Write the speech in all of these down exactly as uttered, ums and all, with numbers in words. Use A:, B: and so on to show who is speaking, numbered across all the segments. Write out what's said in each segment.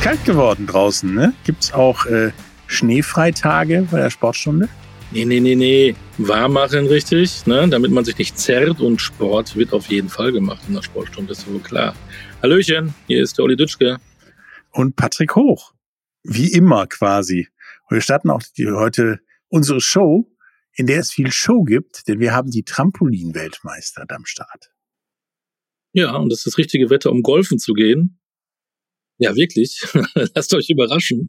A: kalt geworden draußen, ne? Gibt's auch äh, Schneefreitage bei der Sportstunde?
B: Nee, nee, nee, nee. Warm machen richtig, ne? Damit man sich nicht zerrt, und Sport wird auf jeden Fall gemacht in der Sportstunde, ist wohl klar. Hallöchen, hier ist der Olli Dütschke.
A: Und Patrick Hoch. Wie immer quasi. Und wir starten auch die, heute unsere Show, in der es viel Show gibt, denn wir haben die Trampolin-Weltmeister am Start.
B: Ja, und das ist das richtige Wetter, um golfen zu gehen. Ja, wirklich. Lasst euch überraschen.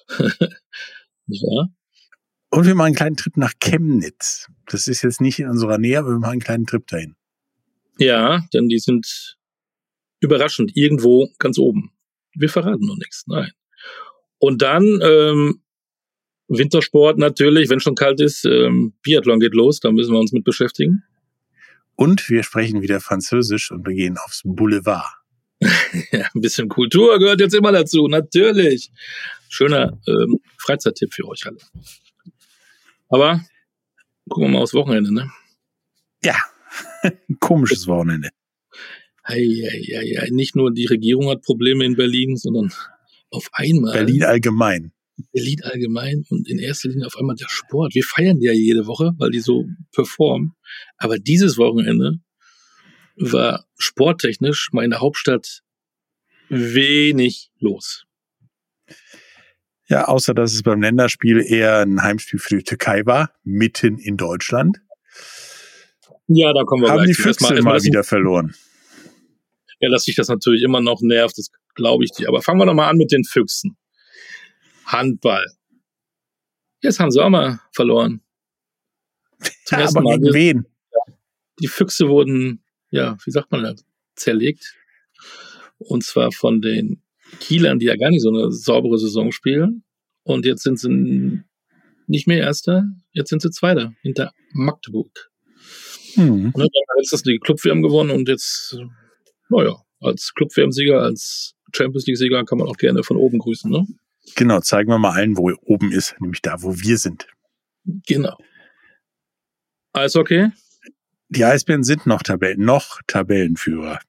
B: Ja.
A: Und wir machen einen kleinen Trip nach Chemnitz. Das ist jetzt nicht in unserer Nähe, aber wir machen einen kleinen Trip dahin.
B: Ja, denn die sind überraschend irgendwo ganz oben. Wir verraten noch nichts, nein. Und dann ähm, Wintersport natürlich, wenn schon kalt ist, ähm, Biathlon geht los, da müssen wir uns mit beschäftigen.
A: Und wir sprechen wieder Französisch und wir gehen aufs Boulevard.
B: Ja, ein bisschen Kultur gehört jetzt immer dazu, natürlich. Schöner ähm, Freizeittipp für euch alle. Aber gucken wir mal aufs Wochenende, ne?
A: Ja, ein komisches Wochenende.
B: Hei, hei, hei, hei. Nicht nur die Regierung hat Probleme in Berlin, sondern auf einmal
A: Berlin allgemein.
B: Berlin allgemein und in erster Linie auf einmal der Sport. Wir feiern die ja jede Woche, weil die so performen. Aber dieses Wochenende war sporttechnisch mal in der Hauptstadt wenig los.
A: Ja, außer dass es beim Länderspiel eher ein Heimspiel für die Türkei war, mitten in Deutschland.
B: Ja, da kommen wir
A: Haben
B: gleich
A: die
B: zu.
A: Füchse
B: Erstmal-
A: mal
B: erstmal
A: wieder verloren.
B: Ja, dass sich das natürlich immer noch nervt, das glaube ich dir. Aber fangen wir doch mal an mit den Füchsen. Handball. Jetzt haben sie auch mal verloren. Zum
A: Ja,
B: ersten
A: aber
B: Mal.
A: gegen wen?
B: Die Füchse wurden, ja, wie sagt man das, zerlegt. Und zwar von den Kielern, die ja gar nicht so eine saubere Saison spielen. Und jetzt sind sie nicht mehr Erster, jetzt sind sie Zweiter hinter Magdeburg.
A: Hm.
B: Und dann haben wir letztens die Club-W M gewonnen und jetzt, naja, als Club-W M-Sieger, als Champions League-Sieger kann man auch gerne von oben grüßen, ne?
A: Genau, zeigen wir mal allen, wo oben ist, nämlich da, wo wir sind.
B: Genau. Eishockey?
A: Die Eisbären sind noch Tabellen, noch Tabellenführer.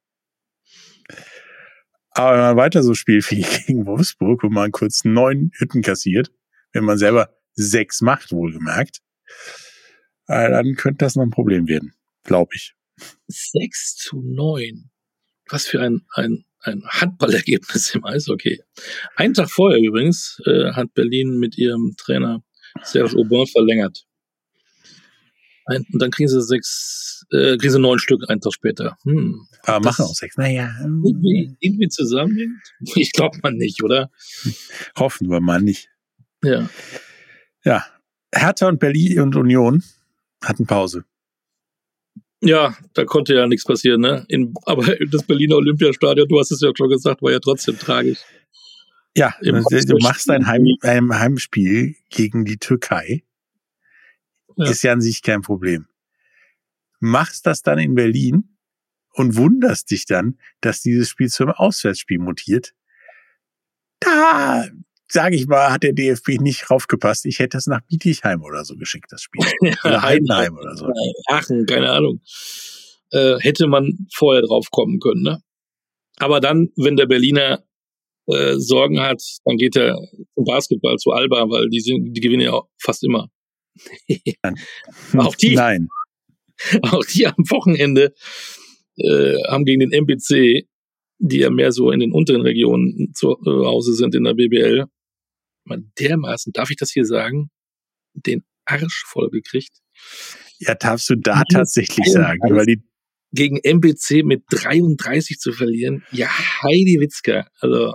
A: Aber wenn man weiter so spielt wie gegen Wolfsburg, wo man kurz neun Hütten kassiert, wenn man selber sechs macht, wohlgemerkt, äh, dann könnte das noch ein Problem werden, glaube ich.
B: sechs zu neun. Was für ein, ein, ein Handballergebnis im Eishockey. Einen Tag vorher übrigens äh, hat Berlin mit ihrem Trainer Serge Aubin verlängert. Ein, und dann kriegen sie sechs, äh, kriegen sie neun Stück einen Tag später. Hm.
A: Aber
B: Das
A: machen auch sechs. Naja,
B: irgendwie, irgendwie zusammenhängt? Ich glaube mal nicht, oder?
A: hoffen wir mal nicht.
B: Ja.
A: Ja, Hertha und Berlin und Union hatten Pause.
B: Ja, da konnte ja nichts passieren, ne? In, aber das Berliner Olympiastadion, du hast es ja schon gesagt, war ja trotzdem tragisch.
A: Ja,
B: Im
A: du machst ein, Heim, ein Heimspiel gegen die Türkei.
B: Ja.
A: Ist ja an sich kein Problem. Machst das dann in Berlin und wunderst dich dann, dass dieses Spiel zum Auswärtsspiel mutiert. Da, sage ich mal, hat der D F B nicht raufgepasst. Ich hätte das nach Bietigheim oder so geschickt, das Spiel. Oder Heidenheim oder so.
B: Aachen, keine Ahnung. Äh, hätte man vorher drauf kommen können, ne? Aber dann, wenn der Berliner äh, Sorgen hat, dann geht er zum Basketball, zu Alba, weil die sind, die gewinnen ja fast immer. Auch die,
A: Nein.
B: auch die am Wochenende äh, haben gegen den M B C, die ja mehr so in den unteren Regionen zu äh, Hause sind in der B B L, mal dermaßen, darf ich das hier sagen, den Arsch voll gekriegt.
A: Ja, darfst du da tatsächlich sagen, weil die
B: Gegen M B C mit dreiunddreißig zu verlieren, ja, Heidi Witzka, also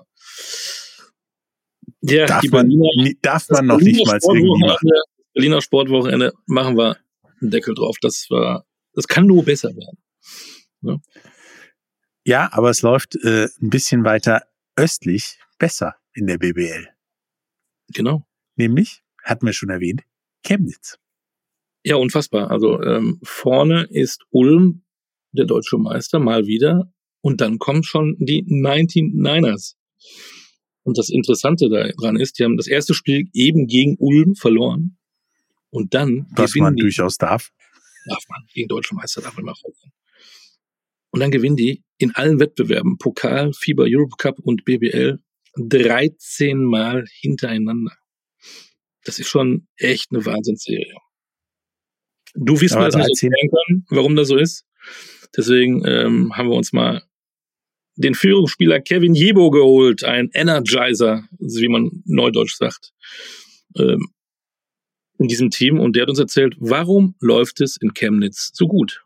B: ja,
A: darf
B: die
A: man,
B: Berliner,
A: darf
B: das
A: man noch nicht mal irgendwie machen.
B: Sportwochenende, Berliner Sportwochenende machen wir einen Deckel drauf. Das war, das kann nur besser werden. Ja,
A: Ja, aber es läuft äh, ein bisschen weiter östlich besser in der B B L.
B: genau.
A: Nämlich, hatten wir schon erwähnt, Chemnitz.
B: Ja, unfassbar. Also ähm, vorne ist Ulm, der deutsche Meister, mal wieder. Und dann kommen schon die neunundneunzigers. Und das Interessante daran ist, die haben das erste Spiel eben gegen Ulm verloren. Und dann
A: Was
B: gewinnen
A: man
B: die,
A: durchaus darf.
B: darf man, gegen deutsche Meister darf man immer verlieren. Und dann gewinnen die in allen Wettbewerben, Pokal, FIBA Europe Cup und B B L, dreizehn Mal hintereinander. Das ist schon echt eine Wahnsinnsserie. Du wirst mir das nicht erklären können, warum das so ist. Deswegen ähm, haben wir uns mal den Führungsspieler Kevin Jebo geholt, ein Energizer, wie man neudeutsch sagt, ähm, in diesem Team. Und der hat uns erzählt, warum läuft es in Chemnitz so gut?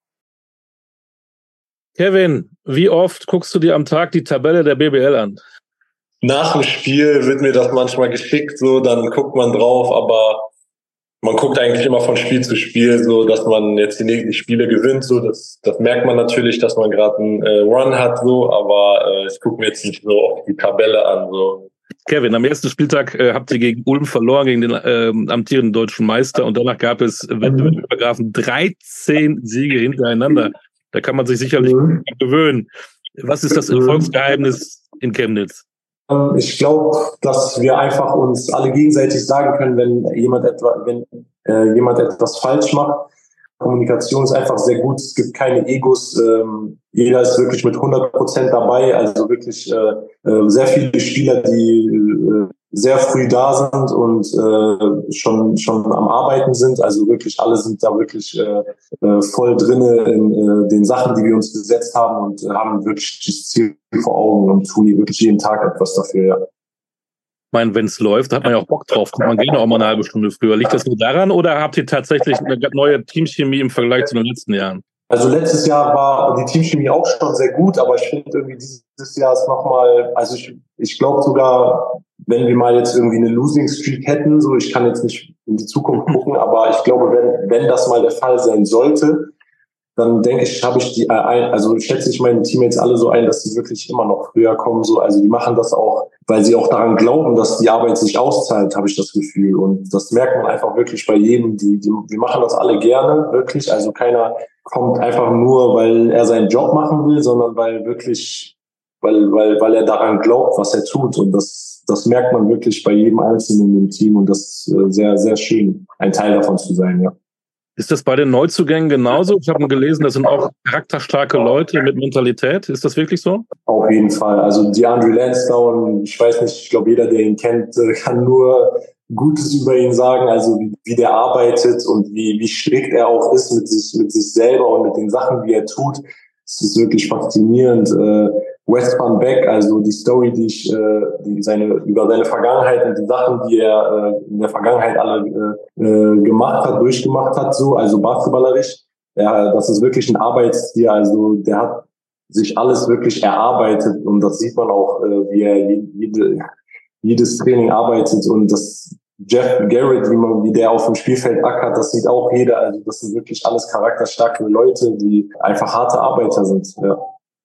B: Kevin, wie oft guckst du dir am Tag die Tabelle der B B L an?
C: Nach dem Spiel wird mir das manchmal geschickt, so, dann guckt man drauf, aber man guckt eigentlich immer von Spiel zu Spiel, so, dass man jetzt die nächsten Spiele gewinnt, so, das, das merkt man natürlich, dass man gerade einen äh, Run hat, so, aber äh, ich gucke mir jetzt nicht so oft die Tabelle an, so.
B: Kevin, am ersten Spieltag äh, habt ihr gegen Ulm verloren, gegen den äh, amtierenden deutschen Meister, und danach gab es wettbewerbsübergreifend dreizehn Siege hintereinander. Da kann man sich sicherlich mhm. gewöhnen. Was ist das Erfolgsgeheimnis in Chemnitz?
C: Ich glaube, dass wir einfach uns alle gegenseitig sagen können, wenn jemand etwa, wenn äh, jemand etwas falsch macht. Kommunikation ist einfach sehr gut. Es gibt keine Egos. Ähm, jeder ist wirklich mit hundert Prozent dabei. Also wirklich äh, äh, sehr viele Spieler, die äh, sehr früh da sind und äh, schon schon am Arbeiten sind. Also wirklich alle sind da wirklich äh, äh, voll drinne in äh, den Sachen, die wir uns gesetzt haben, und äh, haben wirklich das Ziel vor Augen und tun wirklich jeden Tag etwas dafür. Ja.
B: Ich meine, wenn es läuft, hat man ja auch Bock drauf. Kommt man gerne auch mal eine halbe Stunde früher. Liegt das nur daran, oder habt ihr tatsächlich eine neue Teamchemie im Vergleich zu den letzten Jahren?
C: Also letztes Jahr war die Teamchemie auch schon sehr gut, aber ich finde irgendwie dieses Jahr ist nochmal, also ich, ich glaube sogar, wenn wir mal jetzt irgendwie eine Losing Streak hätten, so, ich kann jetzt nicht in die Zukunft gucken, aber ich glaube, wenn, wenn das mal der Fall sein sollte, dann denke ich, habe ich die, also schätze ich mein Team jetzt alle so ein, dass sie wirklich immer noch früher kommen, so, also die machen das auch, weil sie auch daran glauben, dass die Arbeit sich auszahlt, habe ich das Gefühl, und das merkt man einfach wirklich bei jedem, die, die, wir machen das alle gerne, wirklich, also keiner kommt einfach nur, weil er seinen Job machen will, sondern weil wirklich, weil, weil, weil er daran glaubt, was er tut, und das, das merkt man wirklich bei jedem Einzelnen im Team, und das ist sehr, sehr schön, ein Teil davon zu sein, ja.
B: Ist das bei den Neuzugängen genauso? Ich habe mal gelesen, das sind auch charakterstarke Leute mit Mentalität. Ist das wirklich so?
C: Auf jeden Fall. Also DeAndre Lansdowne, ich weiß nicht, ich glaube, jeder, der ihn kennt, kann nur Gutes über ihn sagen. Also wie, wie der arbeitet und wie, wie strikt er auch ist mit sich, mit sich selber und mit den Sachen, die er tut. Es ist wirklich faszinierend. Äh, Wes Van Beek, also die Story, die ich äh, die seine über seine Vergangenheit und die Sachen, die er äh, in der Vergangenheit alle äh, äh, gemacht hat, durchgemacht hat, so, also basketballerisch. Ja, das ist wirklich ein Arbeitstier. Also der hat sich alles wirklich erarbeitet, und das sieht man auch, äh, wie er jede, jedes Training arbeitet, und das Jeff Garrett, wie man, wie der auf dem Spielfeld ackert, das sieht auch jeder. Also das sind wirklich alles charakterstarke Leute, die einfach harte Arbeiter sind. Ja.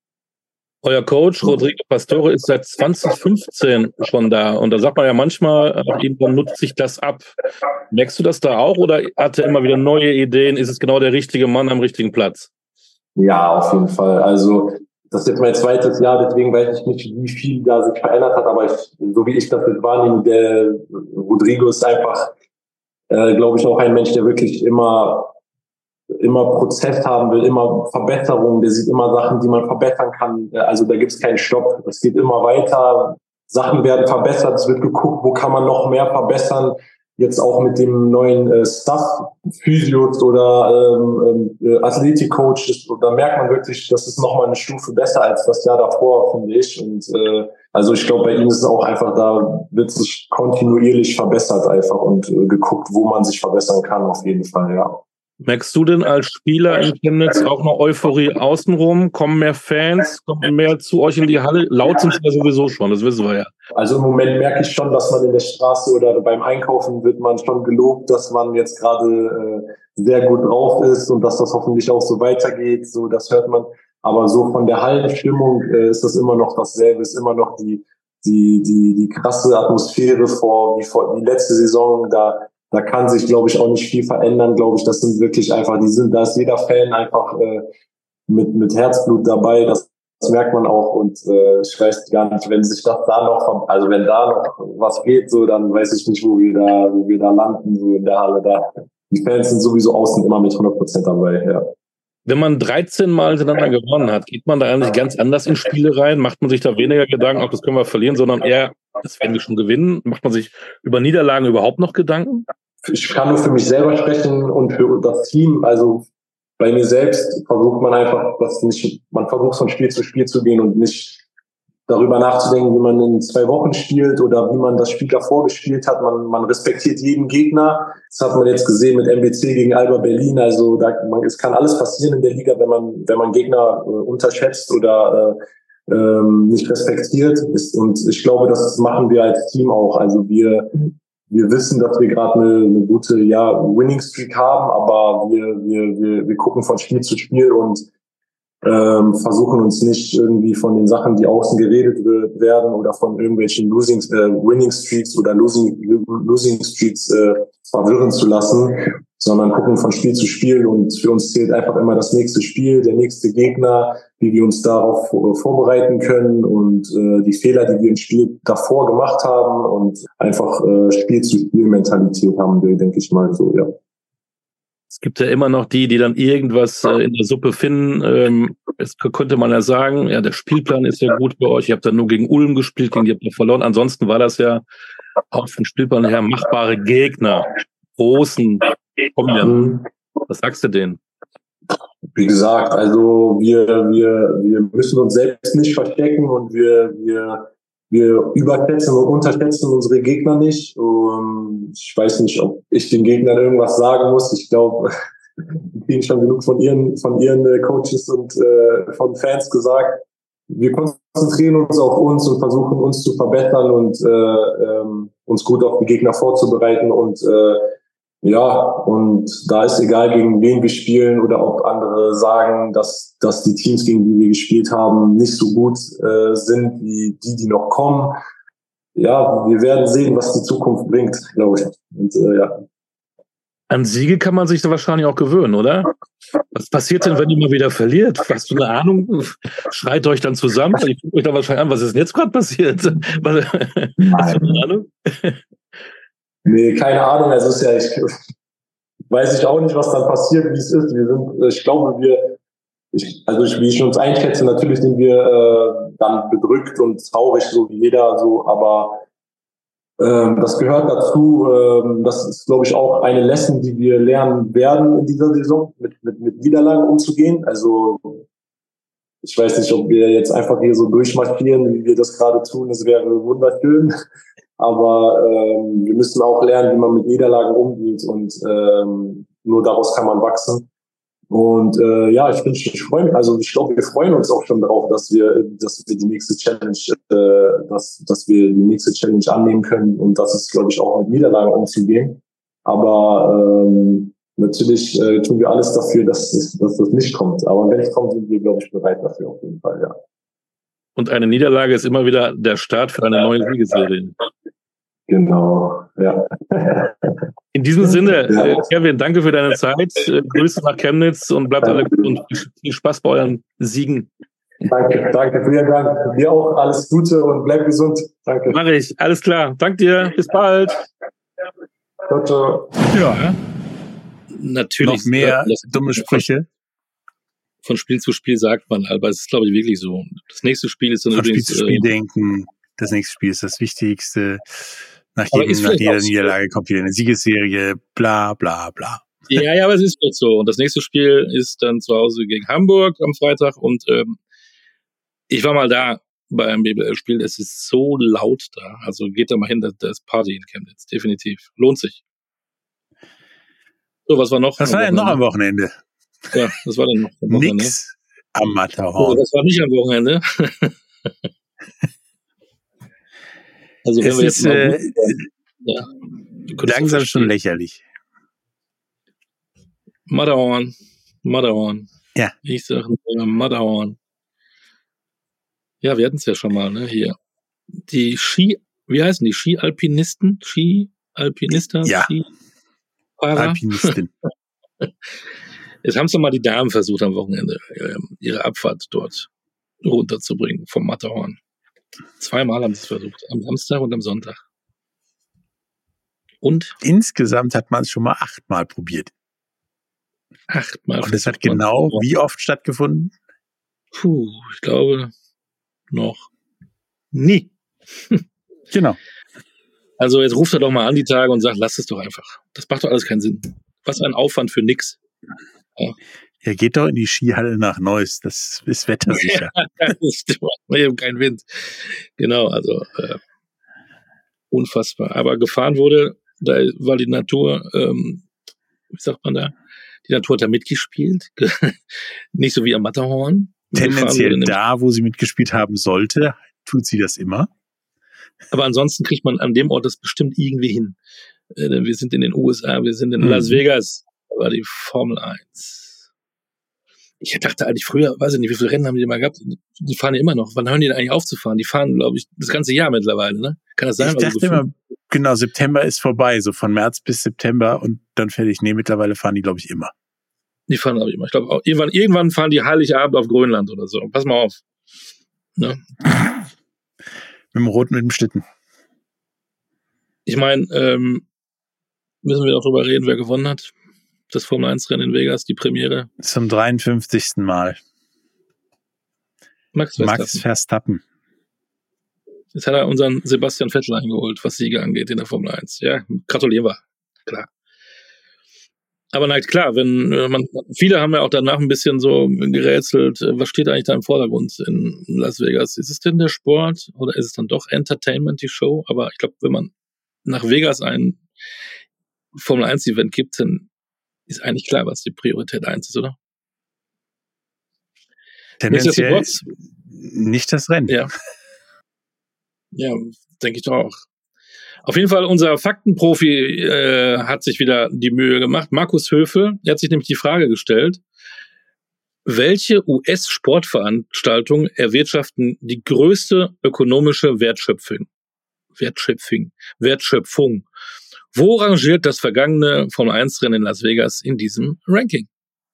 B: Euer Coach Rodrigo Pastore ist seit zwanzig fünfzehn schon da, und da sagt man ja manchmal, äh, irgendwann nutzt sich das ab. Merkst du das da auch, oder hat er immer wieder neue Ideen? Ist es genau der richtige Mann am richtigen Platz?
C: Ja, auf jeden Fall. Also das ist jetzt mein zweites Jahr, deswegen weiß ich nicht, wie viel da sich verändert hat, aber ich, so wie ich das jetzt wahrnehme, der Rodrigo ist einfach, äh, glaube ich, auch ein Mensch, der wirklich immer immer Prozess haben will, immer Verbesserungen, der sieht immer Sachen, die man verbessern kann. Also da gibt es keinen Stopp. Es geht immer weiter. Sachen werden verbessert. Es wird geguckt, wo kann man noch mehr verbessern. Jetzt auch mit dem neuen äh, Staff, Physios oder ähm, äh, Athletik-Coaches. Da merkt man wirklich, das ist nochmal eine Stufe besser als das Jahr davor, finde ich. Und äh, also ich glaube, bei ihm ist es auch einfach, da wird sich kontinuierlich verbessert einfach und äh, geguckt, wo man sich verbessern kann, auf jeden Fall, ja.
B: Merkst du denn als Spieler in Chemnitz auch noch Euphorie außenrum? Kommen mehr Fans, kommen mehr zu euch in die Halle? Laut sind sie ja sowieso schon, das wissen wir ja.
C: Also im Moment merke ich schon, dass man in der Straße oder beim Einkaufen wird man schon gelobt, dass man jetzt gerade äh, sehr gut drauf ist und dass das hoffentlich auch so weitergeht. So, das hört man. Aber so von der Hallenstimmung äh, ist das immer noch dasselbe, ist immer noch die die die die krasse Atmosphäre vor wie vor die letzte Saison. Da Da kann sich, glaube ich, auch nicht viel verändern, glaube ich. Das sind wirklich einfach, die sind, da ist jeder Fan einfach äh, mit mit Herzblut dabei. Das, das merkt man auch. Und äh, ich weiß gar nicht, wenn sich das da noch, also wenn da noch was geht, so, dann weiß ich nicht, wo wir da, wo wir da landen, so in der Halle da. Die Fans sind sowieso außen immer mit hundert Prozent dabei, ja.
B: wenn man dreizehn Mal hintereinander gewonnen hat, geht man da eigentlich ganz anders in Spiele rein? Macht man sich da weniger Gedanken, auch das können wir verlieren, sondern eher, das werden wir schon gewinnen? Macht man sich über Niederlagen überhaupt noch Gedanken?
C: Ich kann nur für mich selber sprechen und für das Team. Also bei mir selbst versucht man einfach, das nicht, man versucht von Spiel zu Spiel zu gehen und nicht darüber nachzudenken, wie man in zwei Wochen spielt oder wie man das Spiel davor gespielt hat. Man, man respektiert jeden Gegner. Das hat man jetzt gesehen mit M B C gegen Alba Berlin. Also da, man, es kann alles passieren in der Liga, wenn man, wenn man Gegner äh, unterschätzt oder äh, ähm, nicht respektiert. Ist, und ich glaube, das machen wir als Team auch. Also wir, wir wissen, dass wir gerade eine, eine gute, ja, Winning Streak haben, aber wir, wir, wir, wir gucken von Spiel zu Spiel und Ähm, versuchen uns nicht irgendwie von den Sachen, die außen geredet wird, werden oder von irgendwelchen Losing, äh, Winning Streaks oder Losing, Losing Streaks äh, verwirren zu lassen, sondern gucken von Spiel zu Spiel und für uns zählt einfach immer das nächste Spiel, der nächste Gegner, wie wir uns darauf vorbereiten können und äh, die Fehler, die wir im Spiel davor gemacht haben und einfach äh, Spiel zu Spiel Mentalität haben wir, denke ich mal so, ja.
B: Es gibt ja immer noch die, die dann irgendwas äh, in der Suppe finden. Ähm, es könnte man ja sagen, ja, der Spielplan ist ja gut bei euch. Ihr habt dann nur gegen Ulm gespielt, gegen die habt ihr verloren. Ansonsten war das ja auch vom Spielplan her machbare Gegner. Großen kommen. Was sagst du denen?
C: Wie gesagt, also wir, wir, wir müssen uns selbst nicht verstecken und wir, wir, wir überschätzen und unterschätzen unsere Gegner nicht. Und ich weiß nicht, ob ich den Gegnern irgendwas sagen muss. Ich glaube, die kriegen schon genug von ihren, von ihren Coaches und äh, von Fans gesagt. Wir konzentrieren uns auf uns und versuchen uns zu verbessern und äh, ähm, uns gut auf die Gegner vorzubereiten und äh, ja, und da ist egal, gegen wen wir spielen oder ob andere sagen, dass, dass die Teams, gegen die wir gespielt haben, nicht so gut äh, sind wie die, die noch kommen. Ja, wir werden sehen, was die Zukunft bringt, glaube ich. Und, äh, ja.
B: An Siege kann man sich da wahrscheinlich auch gewöhnen, oder? Was passiert denn, wenn ihr mal wieder verliert? Hast du eine Ahnung? Schreit euch dann zusammen? Ich gucke euch da wahrscheinlich an, was ist denn jetzt gerade passiert? Hast du eine Ahnung?
C: Nee, keine Ahnung. Also ist ja, ich weiß ich auch nicht, was dann passiert, wie es ist. Wir sind, ich glaube, wir, ich, also ich, wie ich uns einschätze, natürlich sind wir äh, dann bedrückt und traurig, so wie jeder, so. Aber ähm, das gehört dazu. Ähm, das ist, glaube ich, auch eine Lesson, die wir lernen werden in dieser Saison, mit mit mit Niederlagen umzugehen. Also ich weiß nicht, ob wir jetzt einfach hier so durchmarschieren, wie wir das gerade tun. Das wäre wunderschön. Aber ähm, wir müssen auch lernen, wie man mit Niederlagen umgeht und ähm, nur daraus kann man wachsen. Und äh, ja, ich bin, ich freue mich, also ich glaube, wir freuen uns auch schon darauf, dass wir, dass wir die nächste Challenge, äh, dass, dass wir die nächste Challenge annehmen können und das ist, glaube ich, auch mit Niederlagen umzugehen. Aber ähm, natürlich äh, tun wir alles dafür, dass, dass das nicht kommt. Aber wenn es kommt, sind wir, glaube ich, bereit dafür auf jeden Fall, ja.
B: Und eine Niederlage ist immer wieder der Start für eine neue Siegesserie.
C: Genau, ja.
B: In diesem Sinne,
C: ja.
B: äh, Kevin, danke für deine Zeit. Äh, Grüße nach Chemnitz und bleibt alle gut und viel Spaß bei euren Siegen.
C: Danke, danke, vielen Dank. Dir auch alles Gute und bleib gesund. Danke.
B: Mach ich, alles klar. Danke dir, bis bald.
C: Ciao, ciao.
A: Ja,
B: natürlich.
A: Noch mehr
B: das,
A: dumme Sprüche.
B: Von Spiel zu Spiel sagt man, aber es ist, glaube ich, wirklich so. Das nächste Spiel ist dann
A: Von
B: übrigens...
A: Spiel zu Spiel
B: äh,
A: denken, das nächste Spiel ist das Wichtigste. Nach,
B: Aber
A: jedem,
B: ist
A: nach
B: vielleicht
A: jeder
B: auch so.
A: Niederlage kommt wieder eine Siegesserie, bla bla bla.
B: Ja, ja, aber es ist jetzt so. Und das nächste Spiel ist dann zu Hause gegen Hamburg am Freitag. Und ähm, ich war mal da beim B B L-Spiel. Es ist so laut da. Also geht da mal hin, da ist Party in Chemnitz. Definitiv. Lohnt sich. So, was war noch?
A: Was war denn noch am Wochenende?
B: Ja, was war denn noch am Wochenende?
A: Nix am
B: Oh,
A: Matterhorn.
B: das war nicht am Wochenende. Also wenn
A: Es
B: wir jetzt
A: ist
B: mal
A: äh,
B: ja,
A: langsam schon lächerlich.
B: Matterhorn. Matterhorn.
A: Ja.
B: Ich sag nur Matterhorn. Ja, wir hatten es ja schon mal, ne, hier. Die Ski, wie heißen die? Ski-Alpinisten? Ski-Alpinista?
A: Ja.
B: Skifahrer?
A: Alpinistin.
B: Jetzt haben es doch mal die Damen versucht am Wochenende, ihre Abfahrt dort runterzubringen vom Matterhorn. Zweimal haben sie es versucht, am Samstag und am Sonntag. Und?
A: Insgesamt hat man es schon mal achtmal probiert.
B: Achtmal.
A: Und es hat genau wie oft stattgefunden?
B: Puh, ich glaube noch nie.
A: Genau.
B: Also jetzt ruft er doch mal an die Tage und sagt, lass es doch einfach. Das macht doch alles keinen Sinn. Was ein Aufwand für nix.
A: Ja, ja, geht doch in die Skihalle nach Neuss. Das ist wettersicher.
B: Ja, wir haben keinen Wind. Genau, also äh, unfassbar. Aber gefahren wurde, da war die Natur, ähm, wie sagt man da, die Natur hat da mitgespielt. Nicht so wie am Matterhorn.
A: Tendenziell da, wo sie mitgespielt haben sollte, tut sie das immer.
B: Aber ansonsten kriegt man an dem Ort das bestimmt irgendwie hin. Äh, wir sind in den U S A, wir sind in mhm. Las Vegas, da war die Formel eins. Ich dachte eigentlich früher, weiß ich nicht, wie viele Rennen haben die mal gehabt? Die fahren ja immer noch. Wann hören die denn eigentlich auf zu fahren? Die fahren, glaube ich, das ganze Jahr mittlerweile, ne? Kann das sein?
A: Ich dachte immer, genau, September ist vorbei, so von März bis September und dann fertig. Nee, mittlerweile fahren die, glaube ich, immer.
B: Die fahren, glaube ich, immer. Ich glaube, auch irgendwann, irgendwann fahren die Heiligabend auf Grönland oder so. Pass mal auf. Ne?
A: Mit dem Roten, mit dem Schlitten.
B: Ich meine, ähm, müssen wir auch drüber reden, wer gewonnen hat. Das Formel eins Rennen in Vegas, die Premiere.
A: Zum dreiundfünfzigsten Mal.
B: Max Verstappen.
A: Max Verstappen.
B: Jetzt hat er unseren Sebastian Vettel eingeholt, was Siege angeht in der Formel eins. Ja, gratulieren wir. Klar. Aber na klar, wenn man, viele haben ja auch danach ein bisschen so gerätselt, was steht eigentlich da im Vordergrund in Las Vegas? Ist es denn der Sport oder ist es dann doch Entertainment, die Show? Aber ich glaube, wenn man nach Vegas ein Formel eins Event gibt, dann ist eigentlich klar, was die Priorität eins ist, oder?
A: Tendenziell nicht das Rennen.
B: Ja, ja, denke ich doch auch. Auf jeden Fall, unser Faktenprofi äh, hat sich wieder die Mühe gemacht. Markus Höfel, der hat sich nämlich die Frage gestellt, welche U S-Sportveranstaltungen erwirtschaften die größte ökonomische Wertschöpfung? Wertschöpfung. Wertschöpfung. Wo rangiert das vergangene Formel eins Rennen in Las Vegas in diesem Ranking?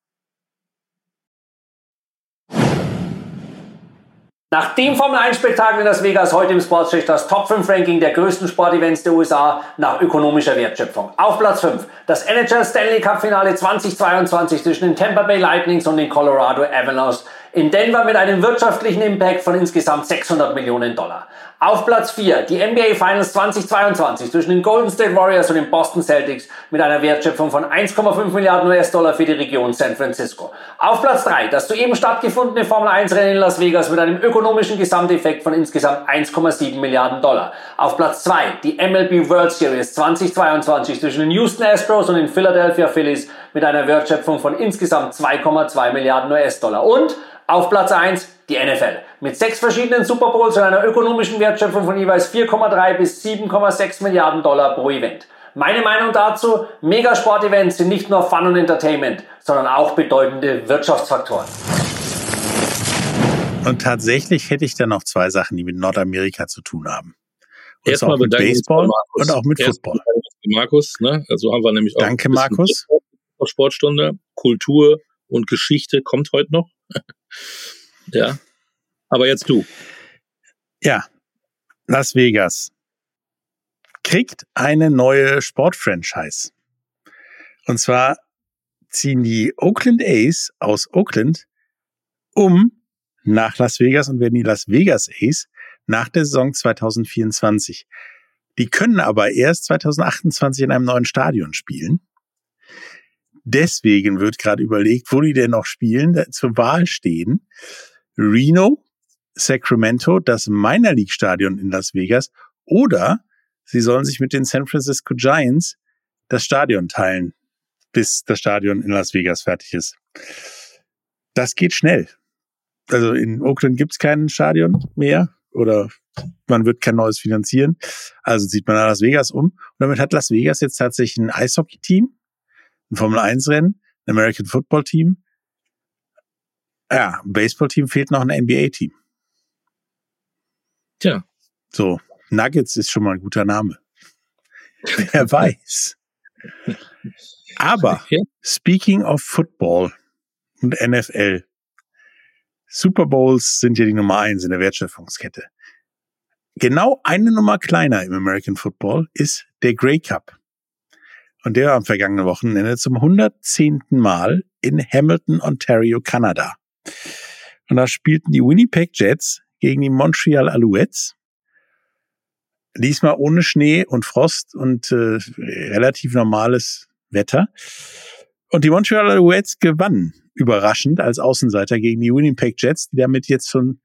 D: Nach dem Formel eins Spektakel in Las Vegas heute im Sportcheck das Top fünf Ranking der größten Sportevents der U S A nach ökonomischer Wertschöpfung. Auf Platz fünf das N H L Stanley Cup Finale zweitausendzweiundzwanzig zwischen den Tampa Bay Lightning und den Colorado Avalanche in Denver mit einem wirtschaftlichen Impact von insgesamt sechshundert Millionen Dollar. Auf Platz vier die N B A Finals zweitausendzweiundzwanzig zwischen den Golden State Warriors und den Boston Celtics mit einer Wertschöpfung von eins Komma fünf Milliarden U S-Dollar für die Region San Francisco. Auf Platz drei das soeben stattgefundene Formel eins Rennen in Las Vegas mit einem ökonomischen Gesamteffekt von insgesamt eins Komma sieben Milliarden Dollar. Auf Platz zwei die M L B World Series zweitausendzweiundzwanzig zwischen den Houston Astros und den Philadelphia Phillies mit einer Wertschöpfung von insgesamt zwei Komma zwei Milliarden U S-Dollar. Und auf Platz eins die N F L mit sechs verschiedenen Super Bowls und einer ökonomischen Wertschöpfung von jeweils vier Komma drei bis sieben Komma sechs Milliarden Dollar pro Event. Meine Meinung dazu, Megasport-Events sind nicht nur Fun und Entertainment, sondern auch bedeutende Wirtschaftsfaktoren.
A: Und tatsächlich hätte ich dann noch zwei Sachen, die mit Nordamerika zu tun haben. Und
B: Erstmal
A: auch mit Baseball und auch mit
B: Erst
A: Football.
B: Markus, ne? Also haben wir nämlich auch
A: Danke, Markus.
B: Sportstunde, Kultur und Geschichte kommt heute noch. Ja, aber jetzt du.
A: Ja, Las Vegas kriegt eine neue Sportfranchise. Und zwar ziehen die Oakland A's aus Oakland um nach Las Vegas und werden die Las Vegas A's nach der Saison zwanzig vierundzwanzig. Die können aber erst zwanzig achtundzwanzig in einem neuen Stadion spielen. Deswegen wird gerade überlegt, wo die denn noch spielen. Zur Wahl stehen Reno, Sacramento, das Minor League Stadion in Las Vegas, oder sie sollen sich mit den San Francisco Giants das Stadion teilen, bis das Stadion in Las Vegas fertig ist. Das geht schnell. Also in Oakland gibt es kein Stadion mehr oder man wird kein neues finanzieren. Also zieht man nach Las Vegas um. Und damit hat Las Vegas jetzt tatsächlich ein Eishockey-Team, ein Formel eins Rennen, ein American Football Team. Ja, ein Baseball-Team, fehlt noch ein N B A-Team.
B: Tja.
A: So, Nuggets ist schon mal ein guter Name. Wer weiß. Aber,
B: Ja.
A: speaking of Football und N F L, Super Bowls sind ja die Nummer eins in der Wertschöpfungskette. Genau eine Nummer kleiner im American Football ist der Grey Cup. Und der war am vergangenen Wochenende zum hundertzehnten Mal in Hamilton, Ontario, Kanada. Und da spielten die Winnipeg Jets gegen die Montreal Alouettes. Diesmal ohne Schnee und Frost und äh, relativ normales Wetter. Und die Montreal Alouettes gewannen überraschend als Außenseiter gegen die Winnipeg Jets, die damit jetzt schon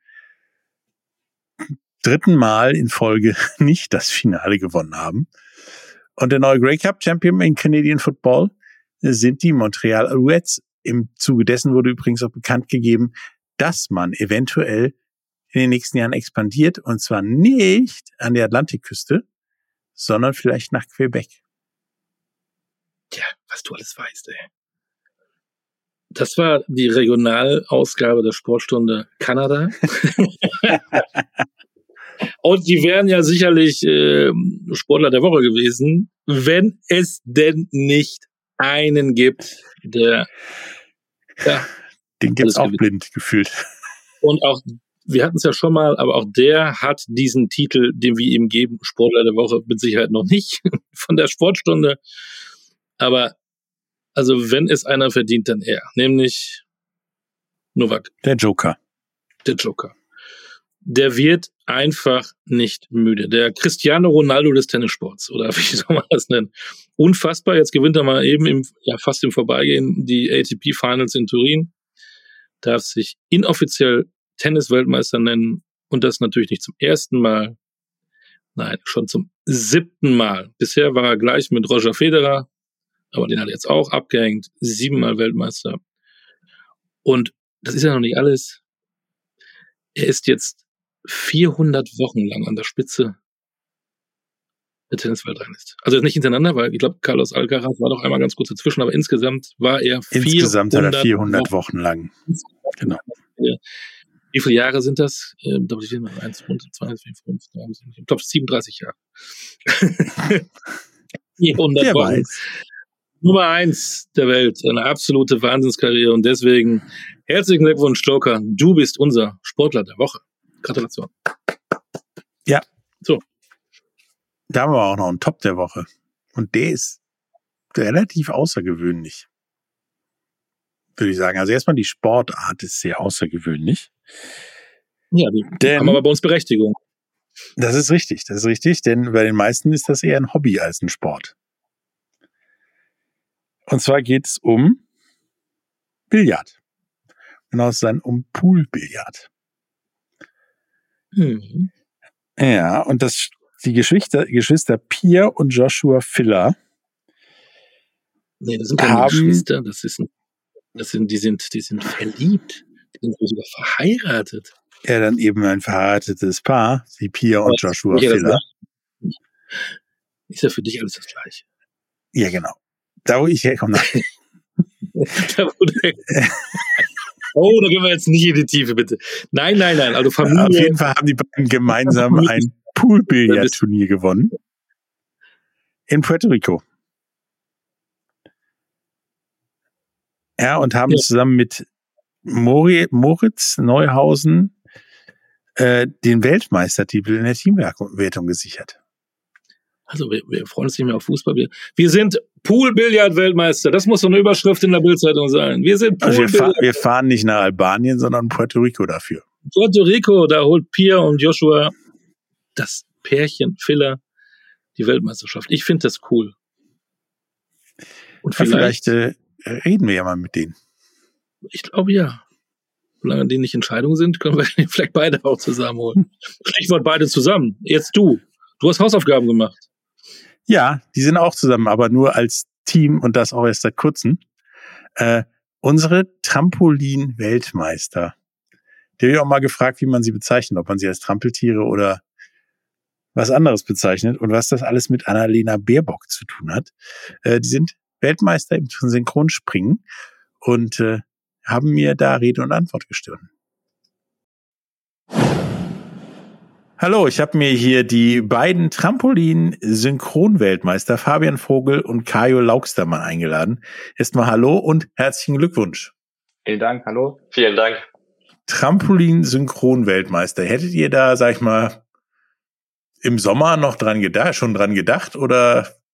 A: dritten Mal in Folge nicht das Finale gewonnen haben. Und der neue Grey Cup Champion in Canadian Football sind die Montreal Alouettes. Im Zuge dessen wurde übrigens auch bekannt gegeben, dass man eventuell in den nächsten Jahren expandiert, und zwar nicht an der Atlantikküste, sondern vielleicht nach Quebec.
B: Tja, was du alles weißt, ey. Das war die Regionalausgabe der Sportstunde Kanada. Und die wären ja sicherlich äh, Sportler der Woche gewesen, wenn es denn nicht einen gibt, der ja,
A: den gibt's auch
B: gewinnt.
A: Blind gefühlt.
B: Und auch, wir hatten es ja schon mal, aber auch der hat diesen Titel, den wir ihm geben, Sportler der Woche, mit Sicherheit noch nicht von der Sportstunde. Aber also wenn es einer verdient, dann er, nämlich Novak.
A: Der Joker.
B: Der Joker. Der wird einfach nicht müde. Der Cristiano Ronaldo des Tennissports, oder wie soll man das nennen? Unfassbar, jetzt gewinnt er mal eben im, ja, fast im Vorbeigehen die A T P Finals in Turin, darf sich inoffiziell Tennis-Weltmeister nennen, und das natürlich nicht zum ersten Mal, nein, schon zum siebten Mal. Bisher war er gleich mit Roger Federer, aber den hat er jetzt auch abgehängt, siebenmal Weltmeister. Und das ist ja noch nicht alles. Er ist jetzt vierhundert Wochen lang an der Spitze der Tennisweltrangliste. Also jetzt nicht hintereinander, weil ich glaube, Carlos Alcaraz war doch einmal ganz kurz dazwischen, aber insgesamt war er
A: insgesamt hat er vierhundert Wochen lang. Genau.
B: Wie viele Jahre sind das? Ähm, eins, zwei, vier, fünf, ich glaube siebenunddreißig Jahre. vierhundert
A: Wer
B: Wochen.
A: weiß.
B: Nummer eins der Welt. Eine absolute Wahnsinnskarriere. Und deswegen herzlichen Glückwunsch, Joker. Du bist unser Sportler der Woche. Gratulation.
A: Ja.
B: So.
A: Da haben wir auch noch einen Top der Woche. Und der ist relativ außergewöhnlich, würde ich sagen. Also erstmal die Sportart ist sehr außergewöhnlich.
B: Ja, die
A: denn,
B: haben aber bei uns Berechtigung.
A: Das ist richtig, das ist richtig, denn bei den meisten ist das eher ein Hobby als ein Sport. Und zwar geht es um Billard. Genau, es ist ein um Poolbillard.
B: Mhm.
A: Ja, und das die Geschwister, Geschwister Pia und Joshua Filler.
B: Nee, das sind keine
A: haben,
B: Geschwister, das ist ein, das sind, die sind, die sind verliebt. Die sind sogar verheiratet.
A: Ja, dann eben ein verheiratetes Paar, die Pia und
B: Aber
A: Joshua
B: ja,
A: Filler.
B: Ist ja für dich alles das Gleiche.
A: Ja, genau. Da, wo ich herkomme.
B: da, wo der, oh, da gehen wir jetzt nicht in die Tiefe, bitte. Nein, nein, nein. Also Familie.
A: Auf jeden Fall haben die beiden gemeinsam ein Poolbillard-Turnier gewonnen. In Puerto Rico. Ja, und haben ja. zusammen mit Mori, Moritz Neuhausen äh, den Weltmeistertitel in der Teamwertung gesichert.
B: Also wir, wir freuen uns nicht mehr auf Fußball. Wir, wir sind Pool-Billard-Weltmeister. Das muss so eine Überschrift in der Bildzeitung sein. Wir sind
A: also wir, fahr, wir fahren nicht nach Albanien, sondern Puerto Rico dafür.
B: Puerto Rico, da holt Pia und Joshua, das Pärchen Filler, die Weltmeisterschaft. Ich finde das cool. Und vielleicht,
A: ja, vielleicht äh, reden wir ja mal mit denen.
B: Ich glaube ja. Solange die nicht Entscheidungen sind, können wir vielleicht beide auch zusammenholen. Stichwort beide zusammen. Jetzt du. Du hast Hausaufgaben gemacht.
A: Ja, die sind auch zusammen, aber nur als Team und das auch erst seit kurzem. Äh, unsere Trampolin-Weltmeister. Die habe ich auch mal gefragt, wie man sie bezeichnet, ob man sie als Trampeltiere oder was anderes bezeichnet und was das alles mit Annalena Baerbock zu tun hat. Äh, die sind Weltmeister im Synchronspringen und äh, haben mir da Rede und Antwort gestanden. Hallo, ich habe mir hier die beiden Trampolin-Synchron-Weltmeister Fabian Vogel und Kajo Laugstermann eingeladen. Erstmal hallo und herzlichen Glückwunsch.
E: Vielen Dank, hallo.
F: Vielen Dank.
A: Trampolin-Synchron-Weltmeister. Hättet ihr da, sag ich mal, im Sommer noch dran gedacht, schon dran gedacht oder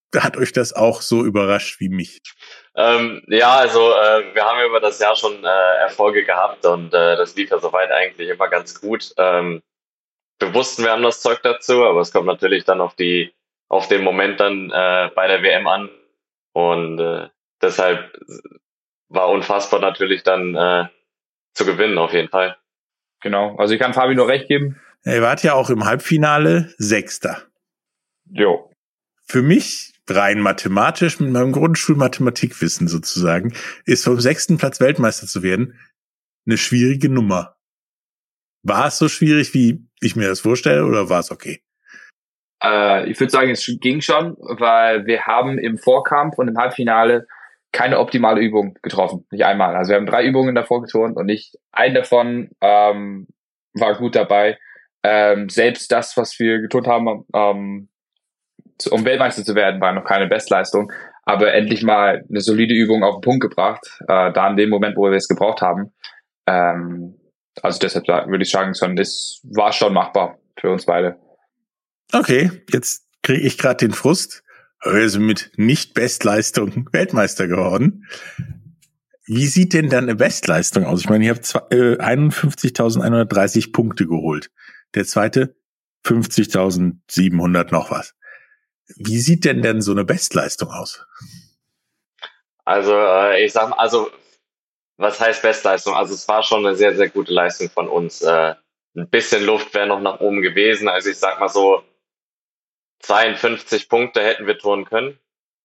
A: hat euch das auch so überrascht wie mich?
E: Ähm, ja, also äh, wir haben über das Jahr schon äh, Erfolge gehabt und äh, das lief ja soweit eigentlich immer ganz gut. Ähm, wir wussten, wir haben das Zeug dazu, aber es kommt natürlich dann auf die auf den Moment dann äh, bei der W M an und äh, deshalb war unfassbar natürlich dann äh, zu gewinnen auf jeden Fall.
F: Genau, also ich kann Fabi nur recht geben.
A: Ihr wart ja auch im Halbfinale Sechster.
F: Jo.
A: Für mich, rein mathematisch, mit meinem Grundschulmathematikwissen sozusagen, ist vom sechsten Platz Weltmeister zu werden eine schwierige Nummer. War es so schwierig, wie ich mir das vorstelle, oder war es okay?
F: Äh, ich würde sagen, es ging schon, weil wir haben im Vorkampf und im Halbfinale keine optimale Übung getroffen. Nicht einmal. Also wir haben drei Übungen davor geturnt und nicht eine davon ähm, war gut dabei. Ähm, selbst das, was wir geturnt haben, ähm, um Weltmeister zu werden, war noch keine Bestleistung. Aber endlich mal eine solide Übung auf den Punkt gebracht. Äh, da in dem Moment, wo wir es gebraucht haben. Ähm, also deshalb würde ich sagen, es war schon machbar für uns beide.
A: Okay, jetzt kriege ich gerade den Frust. Wir sind mit Nicht-Bestleistung Weltmeister geworden. Wie sieht denn dann eine Bestleistung aus? Ich meine, ihr habt äh, einundfünfzigtausendeinhundertdreißig Punkte geholt. Der zweite fünfzigtausendsiebenhundert noch was. Wie sieht denn denn so eine Bestleistung aus?
E: Also äh, ich sag mal, also was heißt Bestleistung? Also es war schon eine sehr, sehr gute Leistung von uns. Äh, ein bisschen Luft wäre noch nach oben gewesen. Also ich sag mal so, zweiundfünfzig Punkte hätten wir turnen können.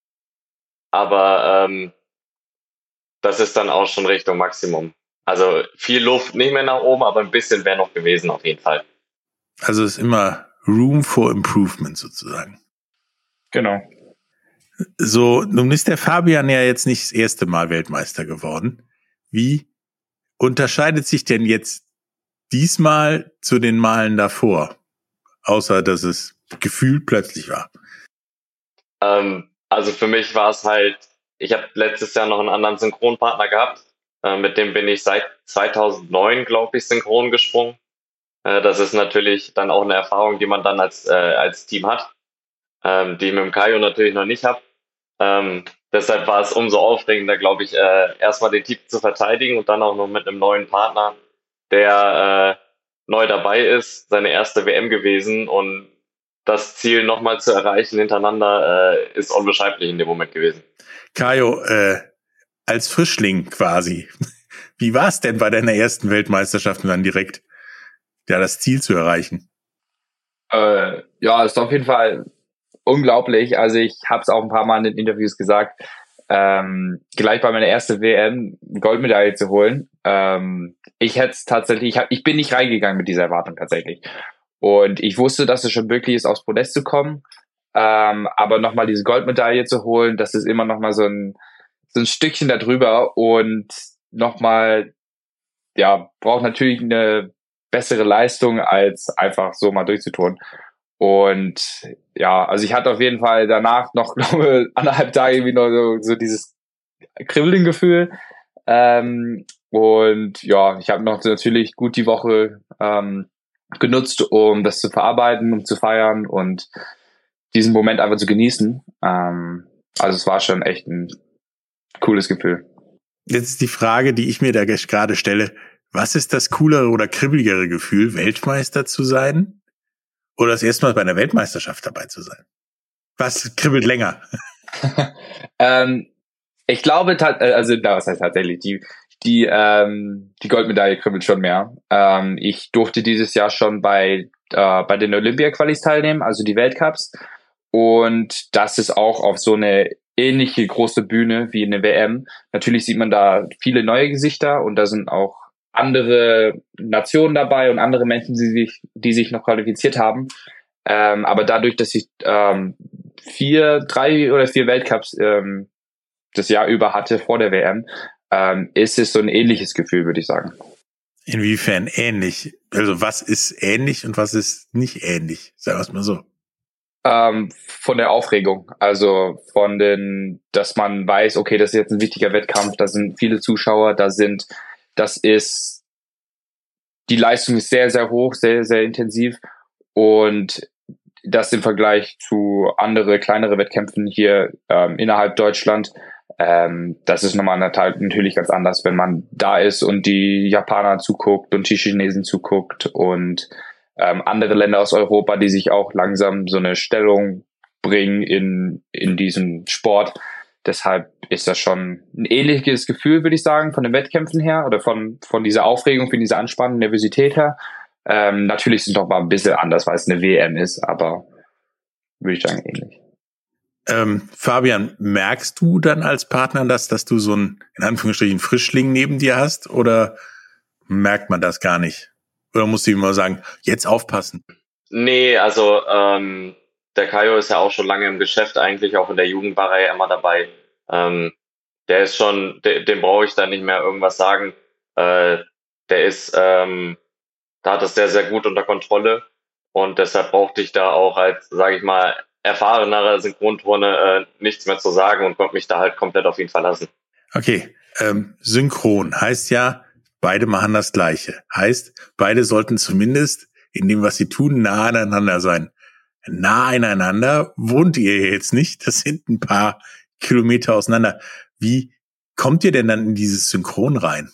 E: Aber ähm, das ist dann auch schon Richtung Maximum. Also viel Luft nicht mehr nach oben, aber ein bisschen wäre noch gewesen auf jeden Fall.
A: Also es ist immer Room for Improvement sozusagen.
F: Genau.
A: So, nun ist der Fabian ja jetzt nicht das erste Mal Weltmeister geworden. Wie unterscheidet sich denn jetzt diesmal zu den Malen davor? Außer, dass es gefühlt plötzlich war.
E: Ähm, also für mich war es halt, ich habe letztes Jahr noch einen anderen Synchronpartner gehabt. Äh, mit dem bin ich seit zweitausendneun, glaube ich, synchron gesprungen. Äh, das ist natürlich dann auch eine Erfahrung, die man dann als äh, als Team hat, ähm, die ich mit dem Kaio natürlich noch nicht habe. Ähm, deshalb war es umso aufregender, glaube ich, äh, erstmal den Titel zu verteidigen und dann auch noch mit einem neuen Partner, der äh, neu dabei ist, seine erste W M gewesen und das Ziel nochmal zu erreichen hintereinander äh, ist unbeschreiblich in dem Moment gewesen.
A: Kaio, äh, als Frischling quasi, wie war es denn bei deiner ersten Weltmeisterschaft und dann direkt ja, das Ziel zu erreichen?
F: Äh, ja, ist auf jeden Fall unglaublich. Also ich habe es auch ein paar Mal in den Interviews gesagt, ähm, gleich bei meiner ersten W M Goldmedaille zu holen. Ähm, ich hätte es tatsächlich, ich, hab, ich bin nicht reingegangen mit dieser Erwartung tatsächlich. Und ich wusste, dass es schon möglich ist, aufs Podest zu kommen. Ähm, aber nochmal diese Goldmedaille zu holen, das ist immer nochmal so ein, so ein Stückchen da drüber und nochmal, ja, braucht natürlich eine bessere Leistung, als einfach so mal durchzutun. Und ja, also ich hatte auf jeden Fall danach noch, glaube ich, anderthalb Tage irgendwie noch so, so dieses Kribbeln-Gefühl. Ähm, und ja, ich habe noch natürlich gut die Woche ähm, genutzt, um das zu verarbeiten, um zu feiern und diesen Moment einfach zu genießen. Ähm, also es war schon echt ein cooles Gefühl.
A: Jetzt ist die Frage, die ich mir da gerade stelle, was ist das coolere oder kribbeligere Gefühl, Weltmeister zu sein oder das erste Mal bei einer Weltmeisterschaft dabei zu sein? Was kribbelt länger?
F: ähm, ich glaube, also was heißt tatsächlich, die die ähm, die Goldmedaille kribbelt schon mehr. Ähm, ich durfte dieses Jahr schon bei äh, bei den Olympia-Qualis teilnehmen, also die Weltcups, und das ist auch auf so eine ähnliche große Bühne wie in der W M. Natürlich sieht man da viele neue Gesichter und da sind auch andere Nationen dabei und andere Menschen, die sich, die sich noch qualifiziert haben. Ähm, aber dadurch, dass ich ähm, vier, drei oder vier Weltcups ähm, das Jahr über hatte vor der W M, ähm, ist es so ein ähnliches Gefühl, würde ich sagen.
A: Inwiefern ähnlich? Also was ist ähnlich und was ist nicht ähnlich? Sagen wir es mal so.
F: Ähm, von der Aufregung, also von den, dass man weiß, okay, das ist jetzt ein wichtiger Wettkampf, da sind viele Zuschauer, da sind, das ist, die Leistung ist sehr, sehr hoch, sehr, sehr intensiv und das im Vergleich zu andere kleinere Wettkämpfen hier ähm, innerhalb Deutschland, ähm, das ist nochmal natürlich ganz anders, wenn man da ist und die Japaner zuguckt und die Chinesen zuguckt und ähm, andere Länder aus Europa, die sich auch langsam so eine Stellung bringen in in diesem Sport. Deshalb ist das schon ein ähnliches Gefühl, würde ich sagen, von den Wettkämpfen her oder von von dieser Aufregung, von dieser Anspannung, Nervosität her. Ähm, natürlich ist es noch mal ein bisschen anders, weil es eine W M ist, aber würde ich sagen ähnlich.
A: Ähm, Fabian, merkst du dann als Partner das, dass du so einen, in Anführungsstrichen, Frischling neben dir hast, oder merkt man das gar nicht? Oder musst du ihm mal sagen, jetzt aufpassen?
E: Nee, also ähm, der Kaio ist ja auch schon lange im Geschäft, eigentlich auch in der Jugend war er ja immer dabei. Ähm, der ist schon, de, dem brauche ich da nicht mehr irgendwas sagen. Äh, der ist ähm, da hat es sehr, sehr gut unter Kontrolle und deshalb brauchte ich da auch als, sage ich mal, erfahrenerer Synchronturner äh, nichts mehr zu sagen und konnte mich da halt komplett auf ihn verlassen.
A: Okay, ähm, synchron heißt ja, beide machen das Gleiche. Heißt, beide sollten zumindest in dem, was sie tun, nah aneinander sein. Nah aneinander wohnt ihr jetzt nicht, das sind ein paar Kilometer auseinander. Wie kommt ihr denn dann in dieses Synchron rein?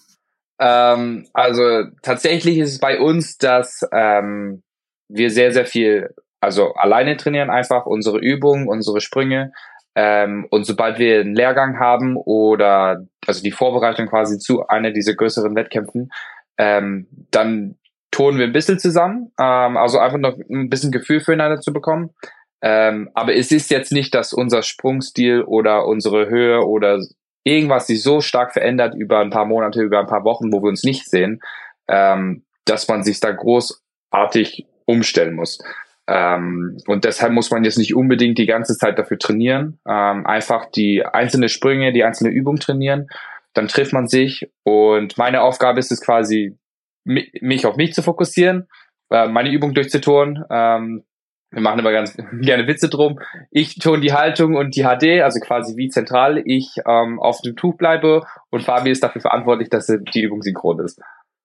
F: Ähm, also tatsächlich ist es bei uns, dass ähm, wir sehr, sehr viel, also alleine trainieren einfach unsere Übungen, unsere Sprünge. Ähm, und sobald wir einen Lehrgang haben oder also die Vorbereitung quasi zu einer dieser größeren Wettkämpfen, ähm, dann turnen wir ein bisschen zusammen, ähm, also einfach noch ein bisschen Gefühl füreinander zu bekommen. Ähm, aber es ist jetzt nicht, dass unser Sprungstil oder unsere Höhe oder irgendwas sich so stark verändert über ein paar Monate, über ein paar Wochen, wo wir uns nicht sehen, ähm, dass man sich da großartig umstellen muss. Ähm, und deshalb muss man jetzt nicht unbedingt die ganze Zeit dafür trainieren. Ähm, einfach die einzelnen Sprünge, die einzelne Übung trainieren. Dann trifft man sich und meine Aufgabe ist es quasi, mich auf mich zu fokussieren, äh, meine Übung durchzuturnen. Ähm, wir machen immer ganz gerne Witze drum. Ich turne die Haltung und die H D, also quasi wie zentral ich ähm, auf dem Tuch bleibe und Fabi ist dafür verantwortlich, dass die Übung synchron ist.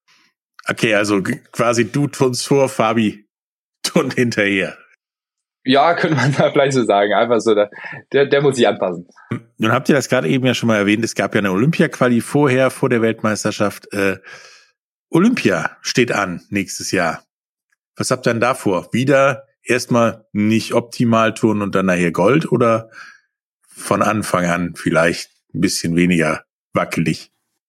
A: Okay, also quasi du turnst vor, Fabi turnt hinterher.
F: Ja, könnte man da vielleicht so sagen. Einfach so, der, der muss sich anpassen.
A: Nun habt ihr das gerade eben ja schon mal erwähnt, es gab ja eine Olympia-Quali vorher, vor der Weltmeisterschaft. Äh, Olympia steht an nächstes Jahr. Was habt ihr denn da vor? Wieder erstmal nicht optimal turnen und dann nachher Gold oder von Anfang an vielleicht ein bisschen weniger wackelig?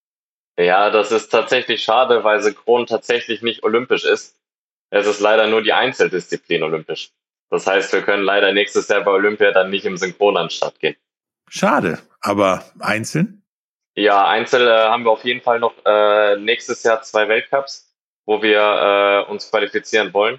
E: Ja, das ist tatsächlich schade, weil Synchron tatsächlich nicht olympisch ist. Es ist leider nur die Einzeldisziplin olympisch. Das heißt, wir können leider nächstes Jahr bei Olympia dann nicht im Synchron an den Start gehen.
A: Schade, aber einzeln?
E: Ja, Einzel äh, haben wir auf jeden Fall noch äh, nächstes Jahr zwei Weltcups, wo wir äh, uns qualifizieren wollen.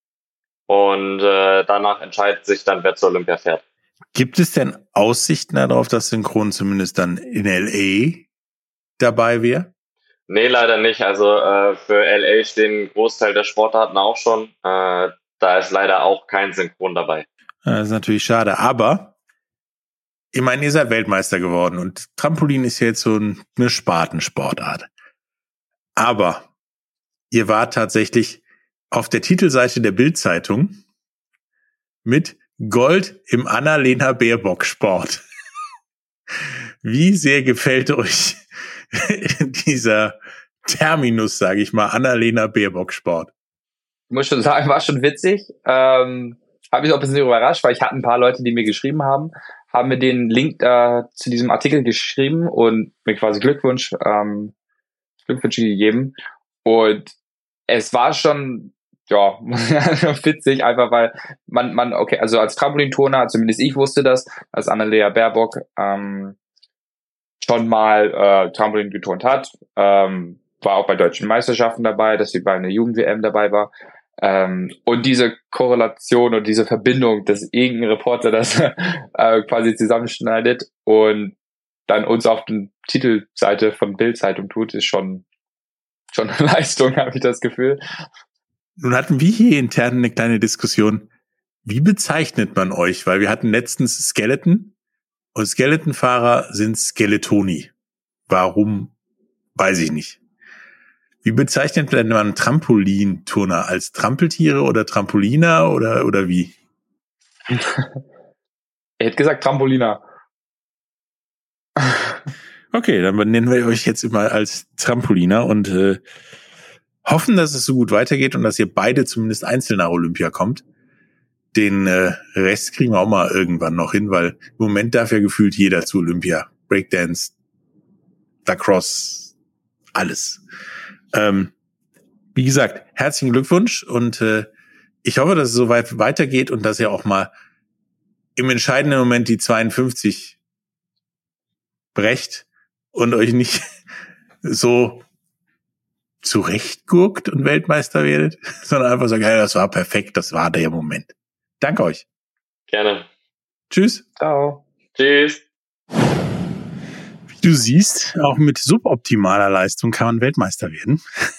E: Und äh, danach entscheidet sich dann, wer zur Olympia fährt.
A: Gibt es denn Aussichten darauf, dass Synchron zumindest dann in L A dabei wäre?
E: Nee, leider nicht. Also äh, für L A stehen ein Großteil der Sportarten auch schon. Äh, da ist leider auch kein Synchron dabei.
A: Das ist natürlich schade, aber ich meine, ihr seid Weltmeister geworden und Trampolin ist ja jetzt so eine Spartensportart. Aber ihr wart tatsächlich auf der Titelseite der Bild-Zeitung mit Gold im Annalena Baerbock Sport. Wie sehr gefällt euch dieser Terminus, sage ich mal, Annalena Baerbock Sport?
F: Ich muss schon sagen, war schon witzig. Ähm, habe mich auch ein bisschen überrascht, weil ich hatte ein paar Leute, die mir geschrieben haben, haben mir den Link äh, zu diesem Artikel geschrieben und mir quasi Glückwunsch, ähm, Glückwünsche gegeben. Und es war schon, ja, witzig, einfach weil man, man, okay, also als Trampolinturner, zumindest ich wusste das, als Annalena Baerbock ähm, schon mal äh, Trampolin geturnt hat, ähm, war auch bei deutschen Meisterschaften dabei, dass sie bei einer Jugend-W M dabei war. Ähm, und diese Korrelation und diese Verbindung, dass irgendein Reporter das äh, quasi zusammenschneidet und dann uns auf die Titelseite von Bild-Zeitung tut, ist schon schon eine Leistung, habe ich das Gefühl.
A: Nun hatten wir hier intern eine kleine Diskussion. Wie bezeichnet man euch? Weil wir hatten letztens Skeleton und Skeletonfahrer sind Skeletoni. Warum? Weiß ich nicht. Wie bezeichnet man Trampolinturner? Als Trampeltiere oder Trampoliner oder, oder wie?
F: Ich hätte gesagt Trampoliner.
A: Okay, dann nennen wir euch jetzt immer als Trampoliner und äh, hoffen, dass es so gut weitergeht und dass ihr beide zumindest einzeln nach Olympia kommt. Den äh, Rest kriegen wir auch mal irgendwann noch hin, weil im Moment darf ja gefühlt jeder zu Olympia. Breakdance, Lacrosse, alles. Ähm, wie gesagt, herzlichen Glückwunsch und äh, ich hoffe, dass es so weit weitergeht und dass ihr auch mal im entscheidenden Moment die zweiundfünfzig brecht und euch nicht so zurechtgurkt und Weltmeister werdet, sondern einfach sagt, hey, das war perfekt, das war der Moment. Danke euch.
E: Gerne.
A: Tschüss.
F: Ciao.
E: Tschüss.
A: Wie du siehst, auch mit suboptimaler Leistung kann man Weltmeister werden.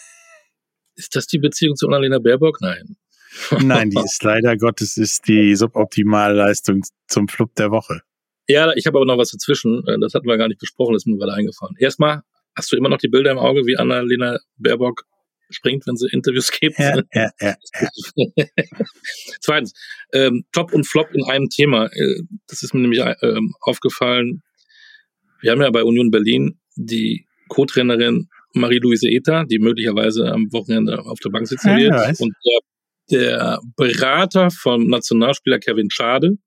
B: Ist das die Beziehung zu Annalena Baerbock? Nein.
A: Nein, die ist leider Gottes ist die suboptimale Leistung zum Flop der Woche.
B: Ja, ich habe aber noch was dazwischen. Das hatten wir gar nicht besprochen, das ist mir gerade eingefallen. Erstmal, hast du immer noch die Bilder im Auge, wie Annalena Baerbock springt, wenn sie Interviews gibt?
A: Ja, ja, ja, ja.
B: Zweitens, ähm, Top und Flop in einem Thema. Das ist mir nämlich äh, aufgefallen. Wir haben ja bei Union Berlin die Co-Trainerin Marie-Louise Eta, die möglicherweise am Wochenende auf der Bank sitzen
A: Ja,
B: wird.
A: weiß.
B: Und der, der Berater vom Nationalspieler Kevin Schade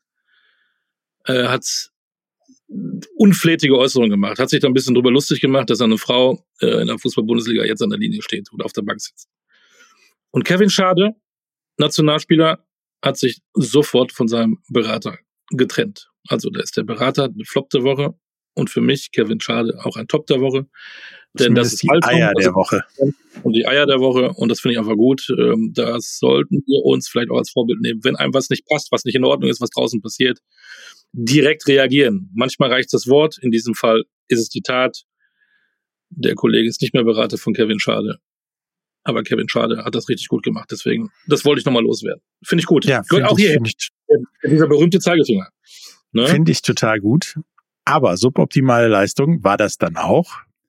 B: äh, hat unflätige Äußerungen gemacht, hat sich da ein bisschen drüber lustig gemacht, dass eine Frau äh, in der Fußball-Bundesliga jetzt an der Linie steht oder auf der Bank sitzt. Und Kevin Schade, Nationalspieler, hat sich sofort von seinem Berater getrennt. Also da ist der Berater eine Flop der Woche und für mich Kevin Schade auch ein Top der Woche. Denn
A: Zumindest
B: das ist
A: die
B: Haltung,
A: Eier
B: also
A: der Woche.
B: und die Eier der Woche und das finde ich einfach gut. Ähm, das sollten wir uns vielleicht auch als Vorbild nehmen. Wenn einem was nicht passt, was nicht in Ordnung ist, was draußen passiert, direkt reagieren. Manchmal reicht das Wort, in diesem Fall ist es die Tat. Der Kollege ist nicht mehr Berater von Kevin Schade. Aber Kevin Schade hat das richtig gut gemacht. Deswegen, das wollte ich nochmal loswerden. Finde ich gut.
A: Ja,
B: Gehört
A: finde
B: auch
A: ich,
B: hierher.
A: find ich,
B: Dieser berühmte Zeigefinger. Ne?
A: find ich total gut. Aber suboptimale Leistung war das dann auch.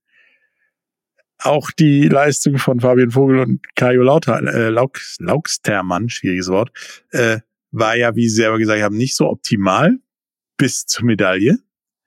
A: Auch die Leistung von Fabian Vogel und Kajo Lauter, äh, Laux, Laukstermann, schwieriges Wort, äh, war ja, wie Sie selber gesagt haben, nicht so optimal bis zur Medaille.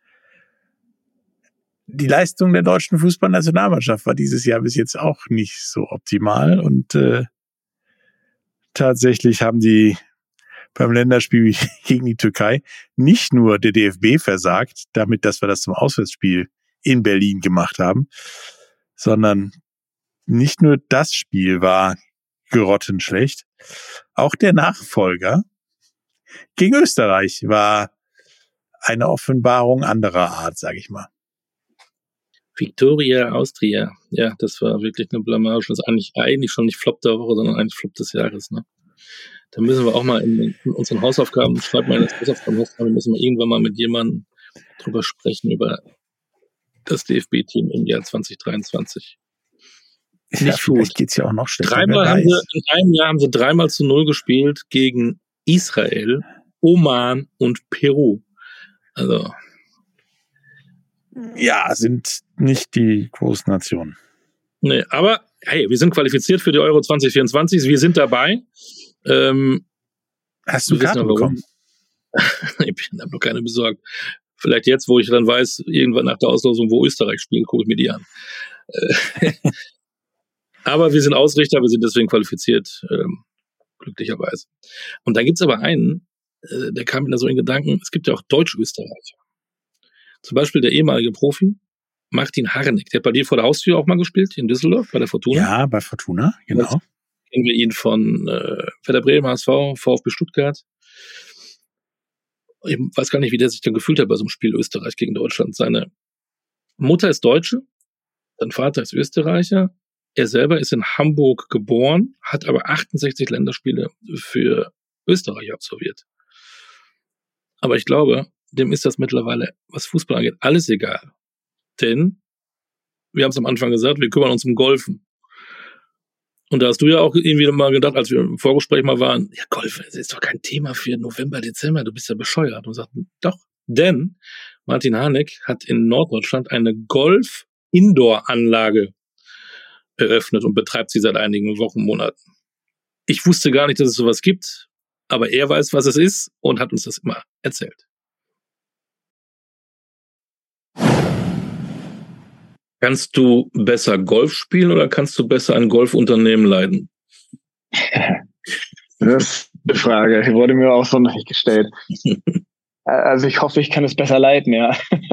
A: Die Leistung der deutschen Fußballnationalmannschaft war dieses Jahr bis jetzt auch nicht so optimal und äh, tatsächlich haben die beim Länderspiel gegen die Türkei nicht nur der D F B versagt, damit, dass wir das zum Auswärtsspiel in Berlin gemacht haben, sondern nicht nur das Spiel war grottenschlecht, auch der Nachfolger gegen Österreich war eine Offenbarung anderer Art, sage ich mal.
B: Victoria Austria. Ja, das war wirklich eine Blamage. Das ist eigentlich, eigentlich schon nicht Flop der Woche, sondern eigentlich Flop des Jahres. Ne? Da müssen wir auch mal in, in unseren Hausaufgaben, schreibt mal in das Hausaufgaben, müssen wir irgendwann mal mit jemandem drüber sprechen, über das D F B-Team im Jahr zwanzig dreiundzwanzig.
A: Nicht ja, vielleicht geht's ja auch noch schlechter.
B: Dreimal haben sie, in einem Jahr haben sie dreimal zu null gespielt gegen Israel, Oman und Peru. Also.
A: Ja, sind nicht die großen Nationen.
B: Nee, aber hey, wir sind qualifiziert für die Euro zwanzig vierundzwanzig. Wir sind dabei. Ähm,
A: Hast du Karten bekommen?
B: Ich habe noch keine besorgt. Vielleicht jetzt, wo ich dann weiß, irgendwann nach der Auslosung, wo Österreich spielt, gucke ich mir die an. Aber wir sind Ausrichter, wir sind deswegen qualifiziert, ähm, glücklicherweise. Und dann gibt's aber einen, äh, der kam mir da so in Gedanken, es gibt ja auch Deutsch-Österreicher. Zum Beispiel der ehemalige Profi, Martin Harnik, der hat bei dir vor der Haustür auch mal gespielt, in Düsseldorf, bei der Fortuna.
A: Ja, bei Fortuna, genau.
B: Jetzt kennen wir ihn von äh, Werder Bremen, H S V, VfB Stuttgart. Ich weiß gar nicht, wie der sich dann gefühlt hat bei so einem Spiel Österreich gegen Deutschland. Seine Mutter ist Deutsche, sein Vater ist Österreicher. Er selber ist in Hamburg geboren, hat aber achtundsechzig Länderspiele für Österreich absolviert. Aber ich glaube, dem ist das mittlerweile, was Fußball angeht, alles egal. Denn, wir haben es am Anfang gesagt, wir kümmern uns um Golfen. Und da hast du ja auch irgendwie mal gedacht, als wir im Vorgespräch mal waren, ja, Golf, das ist doch kein Thema für November, Dezember, du bist ja bescheuert. Und sagten, doch, denn Martin Harnik hat in Norddeutschland eine Golf-Indoor-Anlage eröffnet und betreibt sie seit einigen Wochen, Monaten. Ich wusste gar nicht, dass es sowas gibt. aber er weiß, was es ist und hat uns das immer erzählt. Kannst du besser Golf spielen oder kannst du besser ein Golfunternehmen leiten?
G: Das ist eine Frage. Die wurde mir auch so noch nicht gestellt. Also ich hoffe, ich kann es besser leiten, ja.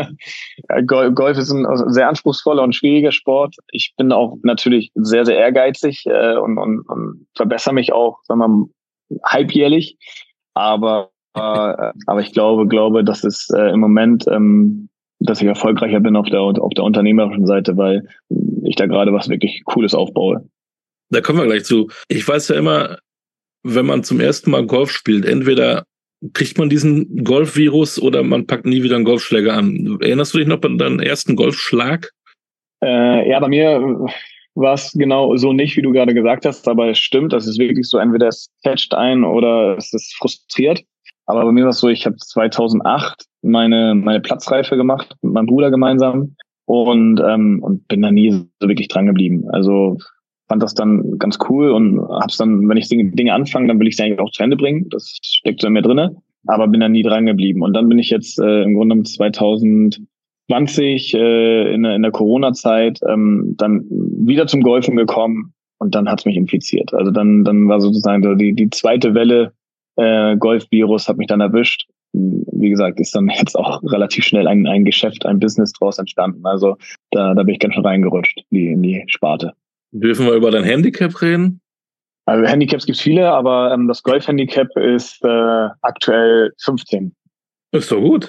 G: Golf ist ein sehr anspruchsvoller und schwieriger Sport. Ich bin auch natürlich sehr, sehr ehrgeizig äh, und, und, und verbessere mich auch, sagen wir mal, halbjährlich. Aber, äh, aber ich glaube, glaube, dass es äh, im Moment, ähm, dass ich erfolgreicher bin auf der, auf der unternehmerischen Seite, weil ich da gerade was wirklich Cooles aufbaue.
B: Da kommen wir gleich zu. Ich weiß ja immer, wenn man zum ersten Mal Golf spielt, entweder kriegt man diesen Golfvirus oder man packt nie wieder einen Golfschläger an. Erinnerst du dich noch an deinen ersten Golfschlag?
G: Äh, ja, bei mir war es genau so nicht, wie du gerade gesagt hast, aber es stimmt, das ist wirklich so, entweder es catcht ein oder es ist frustriert. Aber bei mir war es so, ich habe zweitausendacht meine meine Platzreife gemacht mit meinem Bruder gemeinsam und ähm, und bin da nie so wirklich dran geblieben. Also fand das dann ganz cool und hab's dann, wenn ich Dinge anfange, dann will ich sie eigentlich auch zu Ende bringen. Das steckt so in mir drinne, aber bin da nie dran geblieben. Und dann bin ich jetzt äh, im Grunde genommen zweitausendzwanzig äh, in, der, in der Corona-Zeit ähm, dann wieder zum Golfen gekommen und dann hat's mich infiziert. Also dann dann war sozusagen so die die zweite Welle äh, Golf-Virus hat mich dann erwischt. Wie gesagt, ist dann jetzt auch relativ schnell ein ein Geschäft, ein Business draus entstanden. Also da da bin ich ganz schön reingerutscht in die, in die Sparte.
B: Dürfen wir über dein Handicap reden?
G: Also Handicaps gibt's viele, aber ähm, das Golf-Handicap ist äh, aktuell fünfzehn.
B: Ist doch gut.